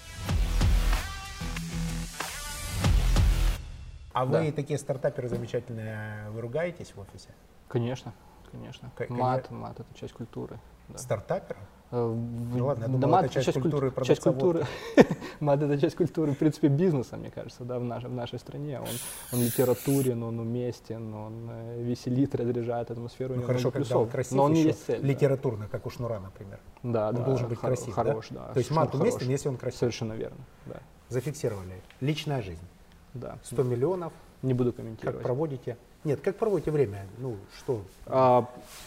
А Да. вы такие стартаперы замечательные, вы ругаетесь в офисе? Конечно, конечно. Как- Мат, как- мат, это часть культуры. Да. Стартаперов? Э, в- Ну ладно, я да думал, мат это часть куль- культуры часть продавца культуры. Мат это часть культуры, в принципе, бизнеса, мне кажется, да, в нашей, в нашей стране. Он, он литературен, он уместен, он э, веселит, разряжает атмосферу. у Ну него хорошо, много когда плюсов, он красив, но он не еще есть цель. Да. литературно, как у Шнура, например. Да, Он да, должен быть хор- красив, хорош, да? да. То есть Шнур мат уместен, хорош. если он красив. Совершенно верно, да. Зафиксировали. Личная жизнь. да. сто миллионов. Не буду Как комментировать. проводите? Нет, как проводите время? Ну, что? А,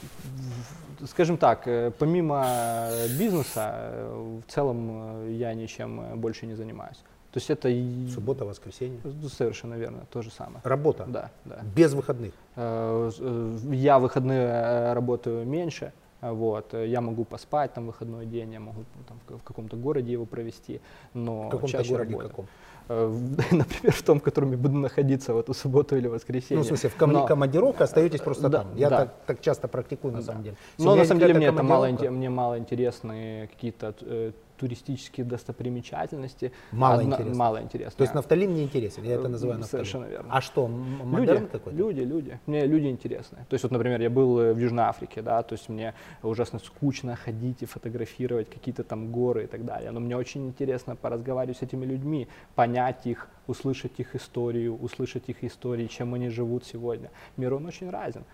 в- скажем так, э, помимо бизнеса, э, в целом э, я ничем э, больше не занимаюсь. То есть это и- Суббота, воскресенье. совершенно верно, то же самое. Работа. Да, да. Без выходных. Э, с- э, Я в выходные э, работаю меньше, э, вот. э, Я могу поспать там в выходной день, я могу там, в ка- в каком-то городе его провести, но В каком-то чаще городе работаю. каком? Э, в- Например, в том, в котором я буду находиться в эту субботу или воскресенье. Ну, в смысле, в ком- Но- командировке остаетесь просто да, там. Я да. так, так часто практикую, на Да. самом деле. Если Но у меня на самом деле какая-то мне это мало, командировка- инте- мне мало интересны какие-то э, туристические достопримечательности. Мало Одна- интересно. Мало интересно. То есть нафталин мне интересен, я это Э, называю нафталин. совершенно верно. А что, м- Люди, модерн какой-то? люди, люди. Мне люди интересны. То есть вот, например, я был э, в Южной Африке, да, то есть мне ужасно скучно ходить и фотографировать какие-то там горы и так далее. Но мне очень интересно поразговаривать с этими людьми, понять их, услышать их историю, услышать их истории, чем они живут сегодня. Мир, он очень разен.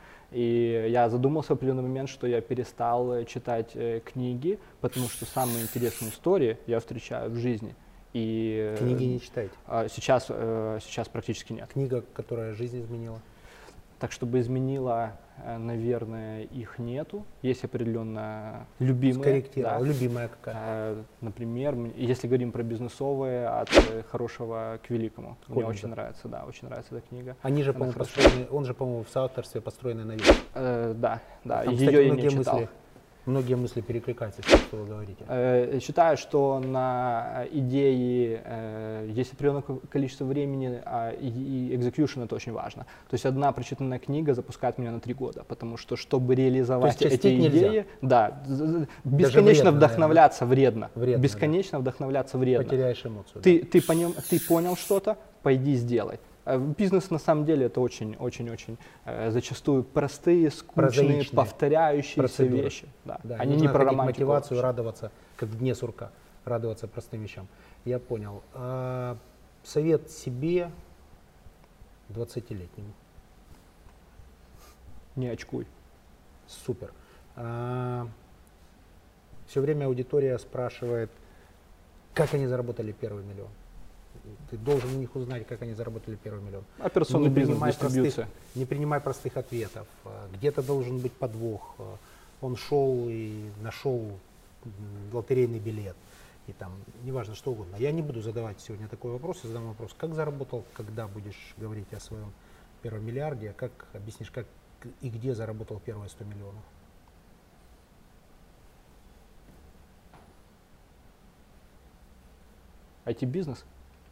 И я задумался в определенный момент, что я перестал э, читать э, книги, потому что самые интересные истории я встречаю в жизни. И э, Книги не читаете? а сейчас, э, сейчас практически нет. Книга, которая жизнь изменила? Так, чтобы изменила, э, наверное, их нету. Есть определенно любимые. Скорректировала. да. Любимая какая? Э, Например, м- если говорим про бизнесовые, от э, хорошего к великому. Мне Коллинза. очень нравится, да, очень нравится эта книга. Они же, Она по-моему, хорошо. построены, он же, по-моему, в соавторстве построены на вещи. Э, да, да, Там, ее кстати, я не многие читал. мысли, многие мысли перекликаются с тем, что вы говорите. Э, Считаю, что на идеи э, есть определенное ко- количество времени, а, и, и execution это очень важно. То есть одна прочитанная книга запускает меня на три года, потому что чтобы реализовать То есть эти частить нельзя? идеи, да, з- з- бесконечно вредно, вдохновляться вредно, Вредно, бесконечно вдохновляться вредно. Потеряешь эмоцию. Ты, ты, понем- ты понял что-то, пойди сделай. Э, Бизнес на самом деле это очень-очень-очень э, зачастую простые, скучные, Прозаичные повторяющиеся процедуры. вещи. Да. Да, Они нужно не про находить романтику. мотивацию, вообще. радоваться, как в дне сурка, радоваться простым вещам. Я понял. А, совет себе двадцатилетнему. Не очкуй. Супер. Все время аудитория спрашивает, как они заработали первый миллион. Ты должен у них узнать, как они заработали первый миллион. Операционный Не бизнес, принимай дистрибьюция. простых- не принимай простых ответов. А, Где-то должен быть подвох. А, Он шел и нашел м, лотерейный билет. И там, неважно, что угодно. Я не буду задавать сегодня такой вопрос, я задам вопрос, как заработал, когда будешь говорить о своем первом миллиарде, как объяснишь, как и где заработал первые сто миллионов? ай ти-бизнес.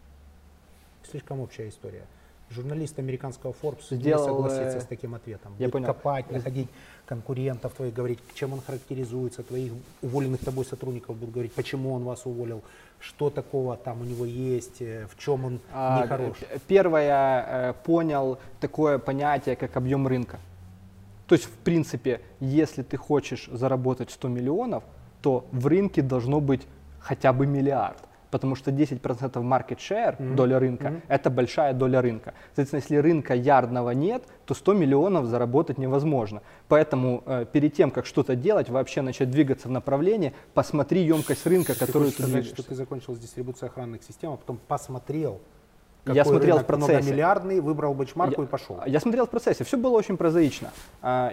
Слишком общая история. Журналист американского Forbes Сделал, не согласится э, с таким ответом. я Будет понял. копать, находить конкурентов твоих, говорить, чем он характеризуется, твоих уволенных тобой сотрудников будут говорить, почему он вас уволил, что такого там у него есть, э, в чем он А, нехорош. п- Первое, э, понял такое понятие, как объем рынка. То есть, в принципе, если ты хочешь заработать сто миллионов, то в рынке должно быть хотя бы миллиард. Потому что десять процентов market share, Мгм. доля рынка, Мгм. это большая доля рынка. Соответственно, если рынка ярдного нет, то сто миллионов заработать невозможно. Поэтому э, перед тем, как что-то делать, вообще начать двигаться в направлении, посмотри емкость рынка, Ты которую хочешь ты сказать, двигаешься. что ты закончил с дистрибуцией охранных систем, а потом посмотрел, Я какой смотрел в рынок процессе. многомиллиардный, выбрал бенчмарку Я- и пошел. Я смотрел в процессе, все было очень прозаично. А,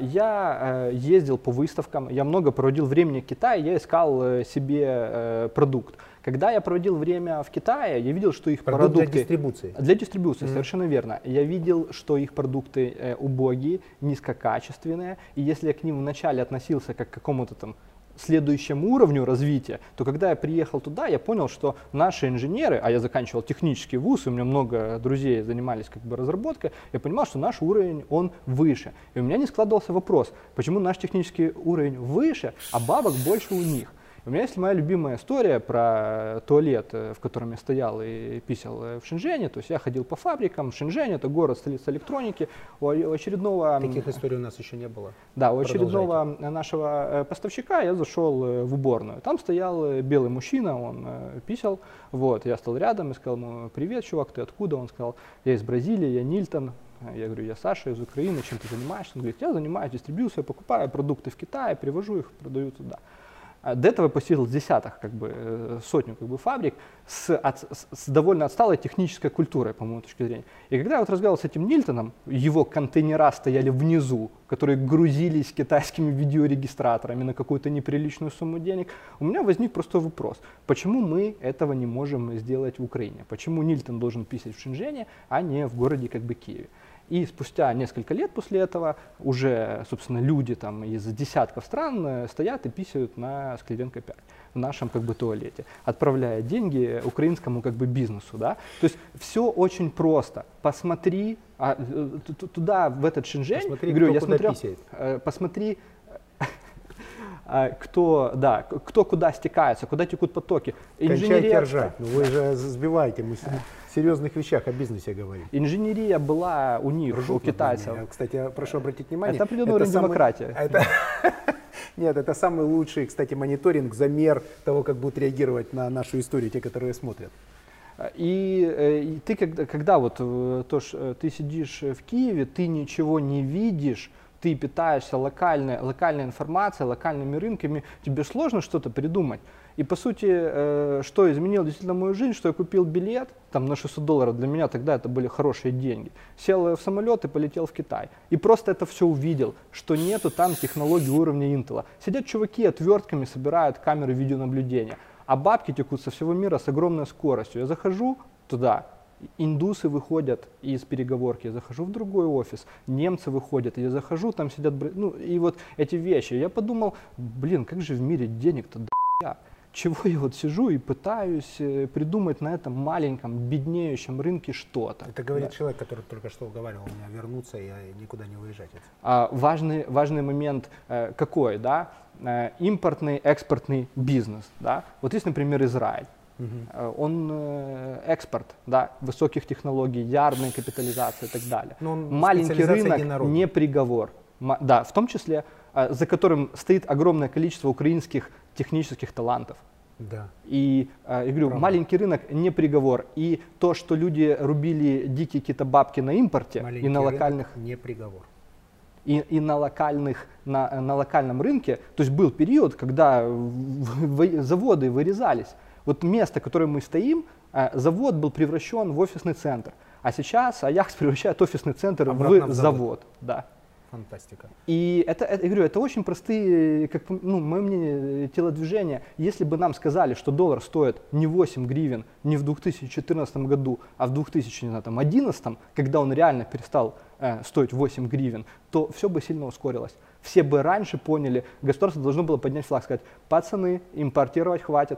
Я э, ездил по выставкам, я много проводил времени в Китае, я искал э, себе э, продукт. Когда я проводил время в Китае, я видел, что их Продукт для продукты... дистрибуции. Для дистрибуции, Мгм. совершенно верно. Я видел, что их продукты э, убогие, низкокачественные, и если я к ним вначале относился как к какому-то там следующему уровню развития, то когда я приехал туда, я понял, что наши инженеры, а я заканчивал технический вуз, и у меня много друзей занимались как бы разработкой, я понимал, что наш уровень, он выше. И у меня не складывался вопрос, почему наш технический уровень выше, а бабок больше у них. У меня есть моя любимая история про туалет, э, в котором я стоял и писал э, в Шэньчжэне. То есть я ходил по фабрикам. Шэньчжэнь — это город, столица электроники. У о- у очередного, м, Таких историй у нас еще не было. да, у Продолжайте. очередного э, нашего э, поставщика я зашел э, в уборную. Там стоял э, белый мужчина, он э, писал. Вот, я стал рядом и сказал ему: привет, чувак, ты откуда? Он сказал: я из Бразилии, я Нильтон. Я говорю: я Саша из Украины, чем ты занимаешься? Он говорит: я занимаюсь дистрибьюцией, покупаю продукты в Китае, привожу их, продаю туда. А До этого я посетил десяток, как бы, э, сотню как бы, фабрик с, от- с- с довольно отсталой технической культурой, по моему точке зрения. И когда я вот разговаривал с этим Нильтоном, его контейнера стояли внизу, которые грузились китайскими видеорегистраторами на какую-то неприличную сумму денег, у меня возник простой вопрос: почему мы этого не можем сделать в Украине? Почему Нильтон должен писать в Шэньчжэне, а не в городе как бы Киеве? И спустя несколько лет после этого уже, собственно, люди там из десятков стран э, стоят и писают на Скляренко пять в нашем как бы туалете, отправляя деньги украинскому как бы бизнесу, да. То есть все очень просто. Посмотри а, э, ту- ту- туда, в этот Шэньчжэнь, Посмотри, говорю, кто я куда смотрел, писает. э, посмотри, а, кто, да, к- кто куда стекается, куда текут потоки. Кончайте ржать. Ну, вы же сбиваете. Мы в серьезных вещах о бизнесе говорим. Инженерия была у них, Ржут у над нами. китайцев. Я, Кстати, я прошу обратить внимание. Это определенный уровень самый- демократии. это- Нет, это самый лучший, кстати, мониторинг, замер того, как будут реагировать на нашу историю те, которые смотрят. И, э, и ты, когда, когда вот э, то, ж, э, ты сидишь в Киеве, ты ничего не видишь, ты питаешься локальной, локальной информацией, локальными рынками, тебе сложно что-то придумать. И по сути, э, что изменило действительно мою жизнь, что я купил билет там, на шестьсот долларов, для меня тогда это были хорошие деньги. Сел в самолет и полетел в Китай. И просто это все увидел, что нету там технологий уровня Intel. Сидят чуваки отвертками, собирают камеры видеонаблюдения, а бабки текут со всего мира с огромной скоростью. Я захожу туда, индусы выходят из переговорки, я захожу в другой офис, немцы выходят, я захожу, там сидят, бра- ну и вот эти вещи. Я подумал: блин, как же в мире денег-то до***я? Чего я вот сижу и пытаюсь э, придумать на этом маленьком, беднеющем рынке что-то. Это говорит Да. человек, который только что уговаривал меня вернуться и никуда не выезжать. А, важный, важный момент э, какой, да? Э, импортный, экспортный бизнес, да? Вот есть, например, Израиль. Э, Он э, экспорт, да, высоких технологий, ярдной капитализации и так далее. Но он Маленький специализация рынок единородный. не приговор. Ма- Да, в том числе, э, за которым стоит огромное количество украинских технических талантов. Да. И э, я говорю, Правда. маленький рынок не приговор. И то, что люди рубили дикие какие-то бабки на импорте Маленький и на рынок локальных не приговор. и, и на, локальных, на, на локальном рынке, то есть был период, когда в- в- заводы вырезались. Вот место, в котором мы стоим, э, завод был превращен в офисный центр. А сейчас Аякс превращает офисный центр Обратно в в завод. завод. Да. Фантастика. И это, это, я говорю, это очень простые, как ну, мое мнение, телодвижения. Если бы нам сказали, что доллар стоит не восемь гривен не в две тысячи четырнадцатом году, а в две тысячи одиннадцатом, когда он реально перестал э, стоить восемь гривен, то все бы сильно ускорилось. Все бы раньше поняли, государство должно было поднять флаг, сказать: пацаны, импортировать хватит.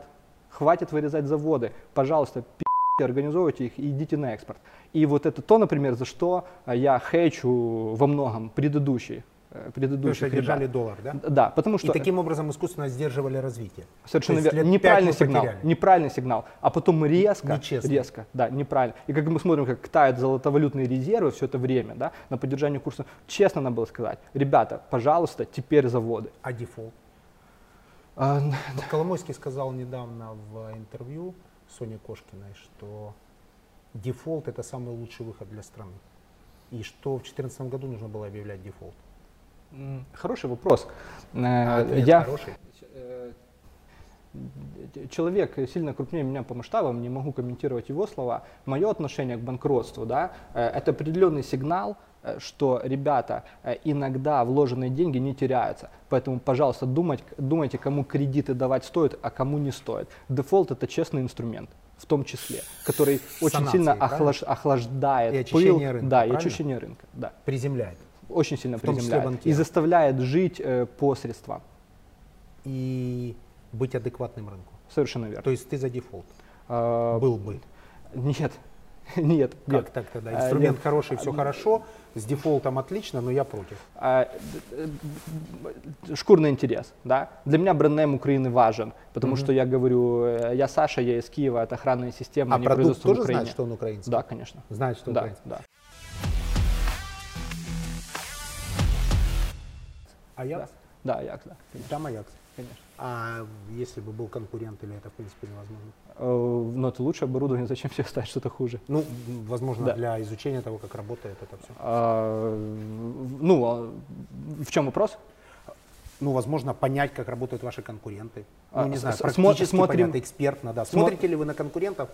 Хватит вырезать заводы. Пожалуйста, пи***те, организовывайте их и идите на экспорт. И вот это то, например, за что я хейчу во многом предыдущий. предыдущих Потому что держали ребят. доллар, да? Да, потому что... И таким образом искусственно сдерживали развитие. Совершенно То есть верно. лет Неправильный пять мы сигнал. потеряли. Неправильный сигнал. А потом резко, Нечестно. резко, да, неправильно. И как мы смотрим, как тают золотовалютные резервы все это время, да, на поддержание курса. Честно надо было сказать, ребята, пожалуйста, теперь заводы. А дефолт? А, Вот Коломойский сказал недавно в интервью Соне Кошкиной, что дефолт — это самый лучший выход для страны. И что в две тысячи четырнадцатом году нужно было объявлять дефолт. м, Хороший вопрос. Э, А ответ Я хороший. э, человек сильно крупнее меня по масштабам, не могу комментировать его слова. Мое отношение к банкротству, да, э, это определенный сигнал, э, что, ребята, э, иногда вложенные деньги не теряются. Поэтому, пожалуйста, думать, думайте, кому кредиты давать стоит, а кому не стоит. Дефолт — это честный инструмент, в том числе, который очень Санации, сильно правильно? охлаж- охлаждает И очищение пыл, рынка, да, и правильно? очищение рынка, да. Приземляет. Очень сильно В том числе приземляет и банкиров. заставляет жить э, по средствам. И быть адекватным рынку. Совершенно верно. То есть ты за дефолт. А, Был бы. Нет, нет, Как нет. так тогда? А, Инструмент нет. хороший, все хорошо, с дефолтом отлично, но я против. А, д- д- Шкурный интерес, да. Для меня бренд-нейм Украины важен, потому что я говорю, э, я Саша, я из Киева, это охранная система, А не продукт производство в тоже Украине. знает, что он украинский? Да, конечно. Знает, что Да, украинский. да. Аякс? Да, Аякс, да, конечно. Там Аякс. конечно. А если бы был конкурент, или это в принципе невозможно? Э, Но это лучшее оборудование, зачем себе ставить что-то хуже? Ну, возможно, Да. для изучения того, как работает это все. А, Ну, а в чем вопрос? Ну, возможно, понять, как работают ваши конкуренты. Ну, А, не знаю, с- практически смо- смотрим- понятно, экспертно, да. смо- Смотрите ли вы на конкурентов,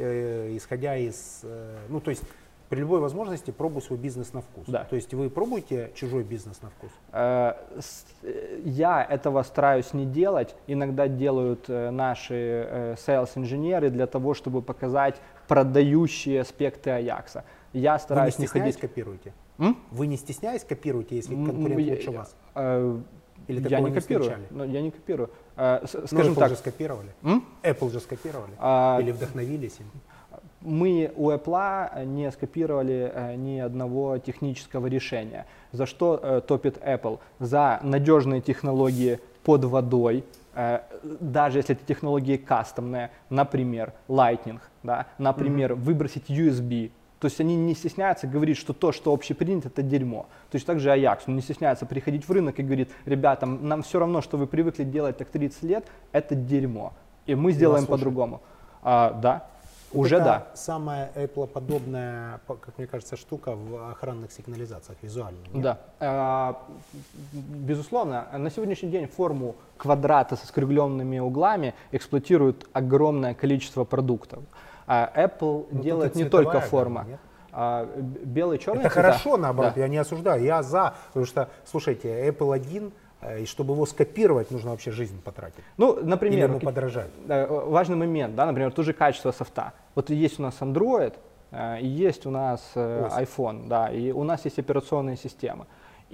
э, исходя из, э, ну, то есть при любой возможности пробуй свой бизнес на вкус. Да. То есть вы пробуете чужой бизнес на вкус? Э, с- э, Я этого стараюсь не делать. Иногда делают э, наши э, sales-инженеры для того, чтобы показать продающие аспекты Аякса. Я Вы не стараюсь не стесняясь ходить. копируете? М? Вы не стесняясь копируете, если М, конкурент я- лучше вас? Э, Или Я такого не не копирую. встречали? но Я не копирую. Э, с- Ну, Скажем Apple так, же скопировали. М? Apple же скопировали. А, Или вдохновились им. мы у Apple не скопировали э, ни одного технического решения. За что э, топит Apple? За надежные технологии под водой, э, даже если эти технологии кастомные, например, Lightning, да, например, выбросить ю эс би. То есть они не стесняются говорить, что то, что общепринято, это дерьмо. Точно так же Ajax, он не стесняется приходить в рынок и говорит, ребята, нам все равно, что вы привыкли делать так тридцать лет, это дерьмо. И мы сделаем вас слушают. по-другому. А, да, Вот уже это да. самая Apple-подобная, по- как мне кажется, штука в охранных сигнализациях, визуально. нет? Да. А, безусловно, на сегодняшний день форму квадрата со скругленными углами эксплуатирует огромное количество продуктов. А Apple Ну, делает тут и не только цветовая форма. гамма, нет? А, б- белый, черный Это цвета. хорошо, наоборот, Да. я не осуждаю, я за. Потому что, слушайте, Apple один, э, и чтобы его скопировать, нужно вообще жизнь потратить. Ну, Или например, ему как- подражать. э, важный момент, да, например, тоже качество софта. Вот есть у нас Android, э, и есть у нас э, Ось. iPhone, да, и у нас есть операционные системы.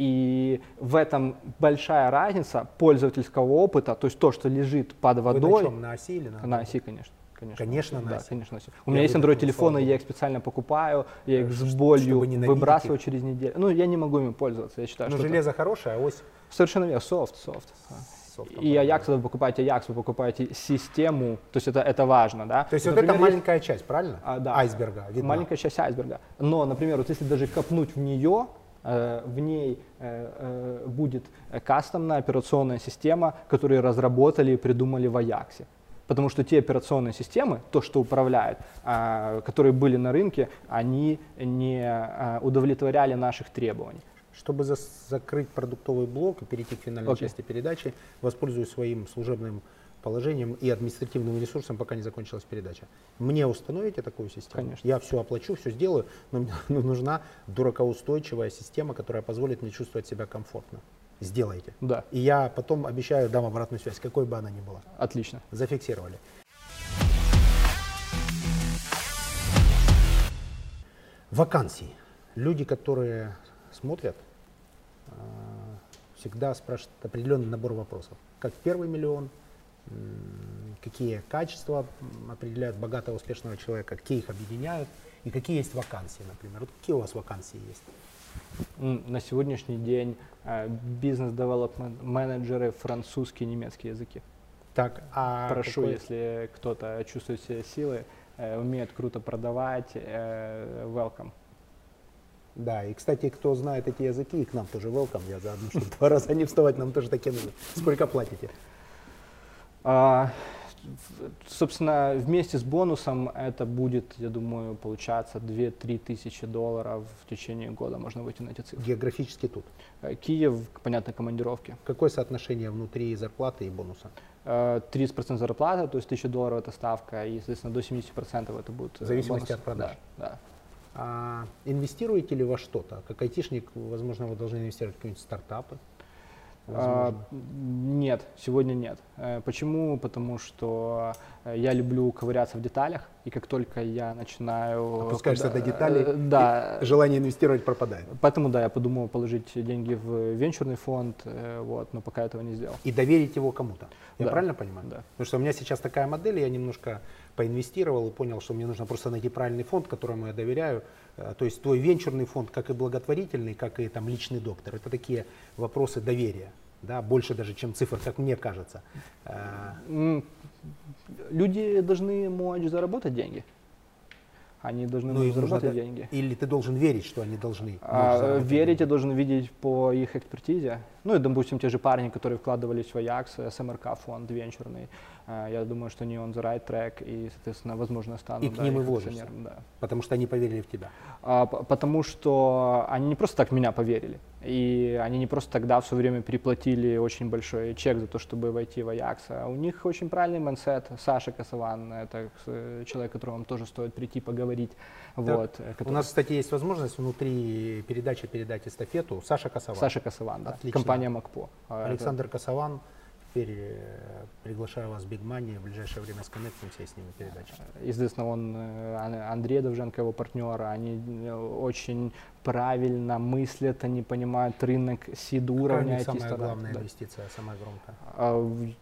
И в этом большая разница пользовательского опыта, то есть то, что лежит под Вы на водой. чем, на оси или на На оси, конечно. Конечно, Конечно, на да, оси. конечно, на оси. У Я меня есть выдохнул, Android-телефоны, слава я их специально покупаю, я их с Ш- болью чтобы ненавидеть выбрасываю их. через неделю. Ну, я не могу ими пользоваться, я считаю, Ну, что это железо хорошее, а ось совершенно верно, софт, софт. софт. И Ajax, вы покупаете Ajax, вы покупаете систему, то есть это, это важно, да. То есть Вот, вот это например, есть- маленькая часть, правильно? А, да. Айсберга. видна. Маленькая часть айсберга. Но, например, вот если даже копнуть в нее, э, в ней э, э, будет э, кастомная операционная система, которую разработали и придумали в Ajax. Потому что те операционные системы, то, что управляют, а, которые были на рынке, они не а, удовлетворяли наших требований. Чтобы зас- закрыть продуктовый блок и перейти к финальной Окей. части передачи, воспользуюсь своим служебным положением и административным ресурсом, пока не закончилась передача. Мне установите такую систему? Конечно. Я все оплачу, все сделаю, но мне но нужна дуракоустойчивая система, которая позволит мне чувствовать себя комфортно. Сделайте. Да, И я потом обещаю, дам обратную связь, какой бы она ни была. отлично. Зафиксировали. Вакансии. Люди, которые смотрят, э, всегда спрашивают определенный набор вопросов. Как первый миллион, какие качества определяют богатого, успешного человека, какие их объединяют и какие есть вакансии, например. Вот какие у вас вакансии есть? На сегодняшний день бизнес-девелопмент менеджеры, французский, немецкий языки. Так, а Прошу, какой... если кто-то чувствует в себе силы, умеет круто продавать, welcome. Да, и, кстати, кто знает эти языки, и к нам тоже welcome, я заодно, чтобы два раза не вставать, нам тоже такие нужны. Сколько платите? А, собственно, вместе с бонусом это будет, я думаю, получаться две-три тысячи долларов в течение года, можно выйти на эти цифры. Географически тут. Киев, понятно, командировки. Какое соотношение внутри зарплаты и бонуса? тридцать процентов зарплаты, то есть тысяча долларов это ставка, и, соответственно, до семьдесят процентов это будет в зависимости бонус. от продаж. Да, да. А инвестируете ли во что-то? Как айтишник, возможно, вы должны инвестировать в какие-нибудь стартапы? А, нет, сегодня нет. Почему? Потому что я люблю ковыряться в деталях, и как только я начинаю... Опускаешься куда, до деталей, да, желание инвестировать пропадает. Поэтому, да, я подумал положить деньги в венчурный фонд, вот, но пока этого не сделал. И доверить его кому-то. Я Да. правильно понимаю? Да. Потому что у меня сейчас такая модель, я немножко поинвестировал и понял, что мне нужно просто найти правильный фонд, которому я доверяю. То есть твой венчурный фонд, как и благотворительный, как и там личный доктор, это такие вопросы доверия, да, больше даже, чем цифр, как мне кажется. М, Люди должны мочь заработать деньги. Они должны Ну, мочь им нужно заработать до- деньги. Или ты должен верить, что они должны. А, мочь заработать верить я деньги. должен видеть по их экспертизе. Ну и, допустим, те же парни, которые вкладывались в Аякс, СМРК фонд венчурный. а, Я думаю, что они on the right track и, соответственно, возможно, станут И к да, ним и их вложишься. акционером, да. Потому что они поверили в тебя. А, п- потому что они не просто так в меня поверили. И они не просто тогда все время переплатили очень большой чек за то, чтобы войти в Аякс. А у них очень правильный майндсет. Саша Косован, это э, человек, которому вам тоже стоит прийти поговорить. Вот, э, У который- нас, кстати, есть возможность внутри передачи передать эстафету. Саша Косован. Саша Косован, да. Отлично. Компания Макпо. А, это- Александр Косован. Теперь э, приглашаю вас в Big Money. В ближайшее время сконнектимся и с ними передачи. Известно, он, э, Ан- Андрей Довженко, его партнер, они э, очень правильно мыслят, они понимают рынок сид Какая у уровня. них ай ти самая стартапов, главная да. инвестиция, самая громкая? А,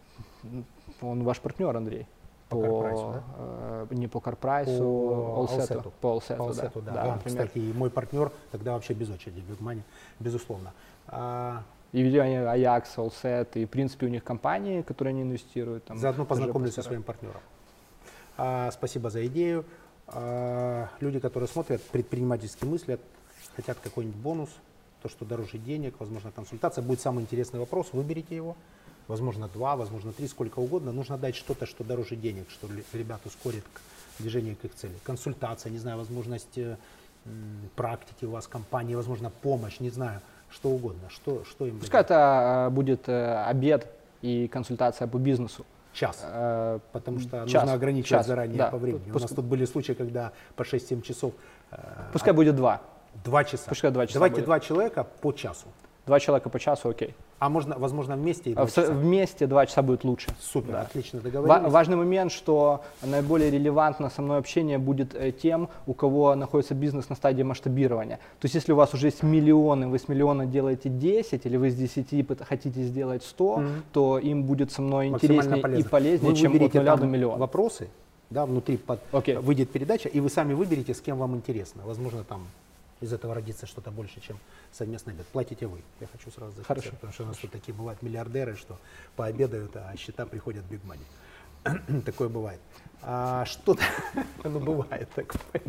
в- Он ваш партнер, Андрей. По Карпрайсу, да? э, не по Карпрайсу, По Allset'у. Allset'у. По Allset'у, По да. Allset'у, да. Да, А, например. кстати, и мой партнер тогда вообще без очереди, Big Money, безусловно. А, И видео они Ajax, Allset, и в принципе у них компании, которые они инвестируют. Там, заодно тоже познакомлюсь со постараюсь. своим партнером. А, спасибо за идею. А, люди, которые смотрят, предпринимательски мыслят, хотят какой-нибудь бонус, то, что дороже денег, возможно, консультация. Будет самый интересный вопрос, выберите его. Возможно, два, возможно, три, сколько угодно. Нужно дать что-то, что дороже денег, что ли- ребят ускорит к движению к их цели. Консультация, не знаю, возможность э, м, практики у вас, компании, возможно, помощь, не знаю, что угодно. Что, что им Пускай дадите? это э, будет э, обед и консультация по бизнесу. Час. Э, Потому что час, нужно ограничивать час, заранее да. по времени. У Пуск- нас тут были случаи, когда по шесть-семь часов. э, Пускай будет два. Два часа. Пускай два часа Давайте будет. два человека по часу. Два человека по часу, окей. А можно, возможно, вместе и А два в- часа. вместе два часа будет лучше. Супер, Да. отлично Ва- договорились. важный момент, что наиболее релевантно со мной общение будет э, тем, у кого находится бизнес на стадии масштабирования. То есть если у вас уже есть миллионы, вы с миллиона делаете десять, или вы с десяти пыт- хотите сделать сто, Мгм. то им будет со мной Максимально интереснее и полезно. полезнее, Вы чем от выберете нуля там до миллиона. вопросы, да, внутри под, Окей. выйдет передача, и вы сами выберете, с кем вам интересно. Возможно, там из этого родится что-то больше, чем совместный обед. Платите вы. Я хочу сразу зафиксировать, Хорошо. потому что у нас тут такие бывают миллиардеры, что пообедают, а счета приходят в Big Money. Такое бывает. А, что-то, ну бывает такое.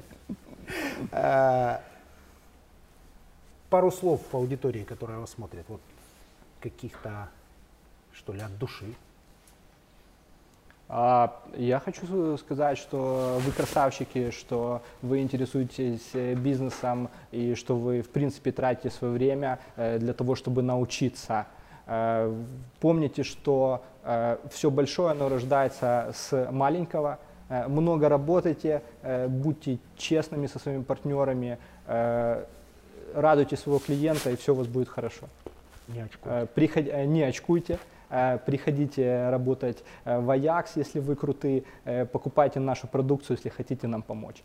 А, пару слов аудитории, которая вас смотрит, вот каких-то, что ли, от души. А, Я хочу сказать, что вы красавчики, что вы интересуетесь э, бизнесом и что вы, в принципе, тратите свое время э, для того, чтобы научиться. Э, Помните, что все большое, оно рождается с маленького. Э, Много работайте, э, будьте честными со своими партнерами, э, радуйте своего клиента, и все у вас будет хорошо. Не очко. Э, приход- э, Не очкуйте. Э, Приходите работать э, в Ajax, если вы крутые, э, покупайте нашу продукцию, если хотите нам помочь.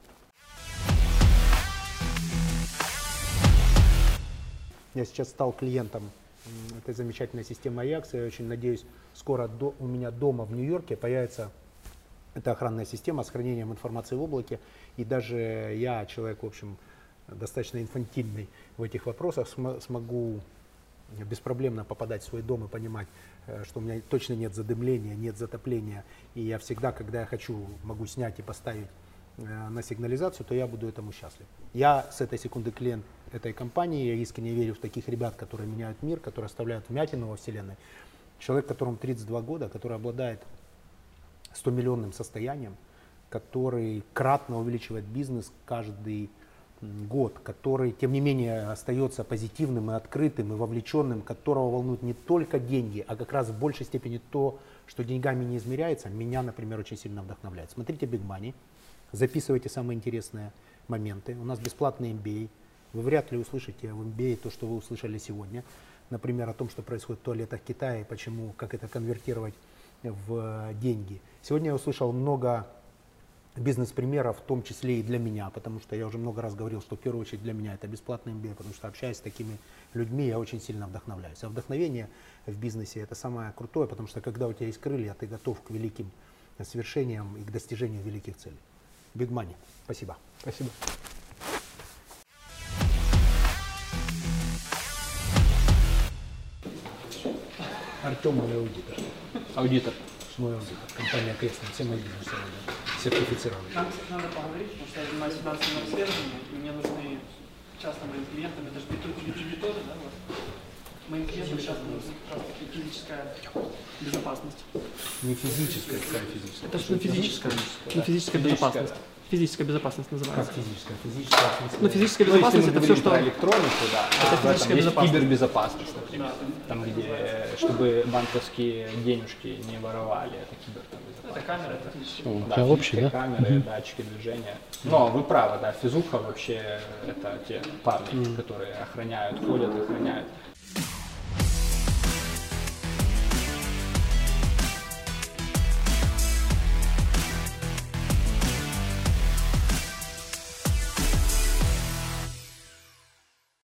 Я сейчас стал клиентом этой замечательной системы Аякс. Я очень надеюсь, скоро до, у меня дома в Нью-Йорке появится эта охранная система с хранением информации в облаке. И даже я, человек, в общем, достаточно инфантильный в этих вопросах, см смогу беспроблемно попадать в свой дом и понимать, что у меня точно нет задымления, нет затопления. И я всегда, когда я хочу, могу снять и поставить на сигнализацию, то я буду этому счастлив. Я с этой секунды клиент этой компании, я искренне верю в таких ребят, которые меняют мир, которые оставляют вмятину во вселенной. Человек, которому тридцать два года, который обладает стомиллионным состоянием, который кратно увеличивает бизнес каждый год, который, тем не менее, остается позитивным и открытым, и вовлеченным, которого волнуют не только деньги, а как раз в большей степени то, что деньгами не измеряется, меня, например, очень сильно вдохновляет. Смотрите Big Money, записывайте самые интересные моменты. У нас бесплатный эм би эй. Вы вряд ли услышите в эм би эй то, что вы услышали сегодня. Например, о том, что происходит в туалетах Китая, и почему, как это конвертировать в деньги. Сегодня я услышал много бизнес-примеров, в том числе и для меня, потому что я уже много раз говорил, что в первую очередь для меня это бесплатный эм би эй, потому что, общаясь с такими людьми, я очень сильно вдохновляюсь. А вдохновение в бизнесе — это самое крутое, потому что когда у тебя есть крылья, ты готов к великим свершениям и к достижению великих целей. Big Money. Спасибо. Спасибо. Артем мой аудитор. Аудитор. Мой аудитор. Компания Крестная. Все мои бизнесы сертифицированы. Нам, кстати, надо поговорить, потому что я занимаюсь финансовым расследованием, и мне нужны частным моим клиентам, это же би ту би тоже, да? Вот. Моим клиентам сейчас нужна физическая безопасность. Не физическая, какая физическая? Это же физическая, не физическая безопасность. Физическая безопасность называется. Как физическая? Физическая, в смысле? Ну, физическая безопасность это все, что... Про электронику, да. Это В этом физическая есть безопасность. кибербезопасность, например. Там, где, чтобы банковские денежки не воровали, это кибербезопасность. Это камера, это физическая. Да, общий, да? Камеры, датчики движения. Но вы правы, да, физуха вообще это те парни, которые охраняют, ходят, охраняют.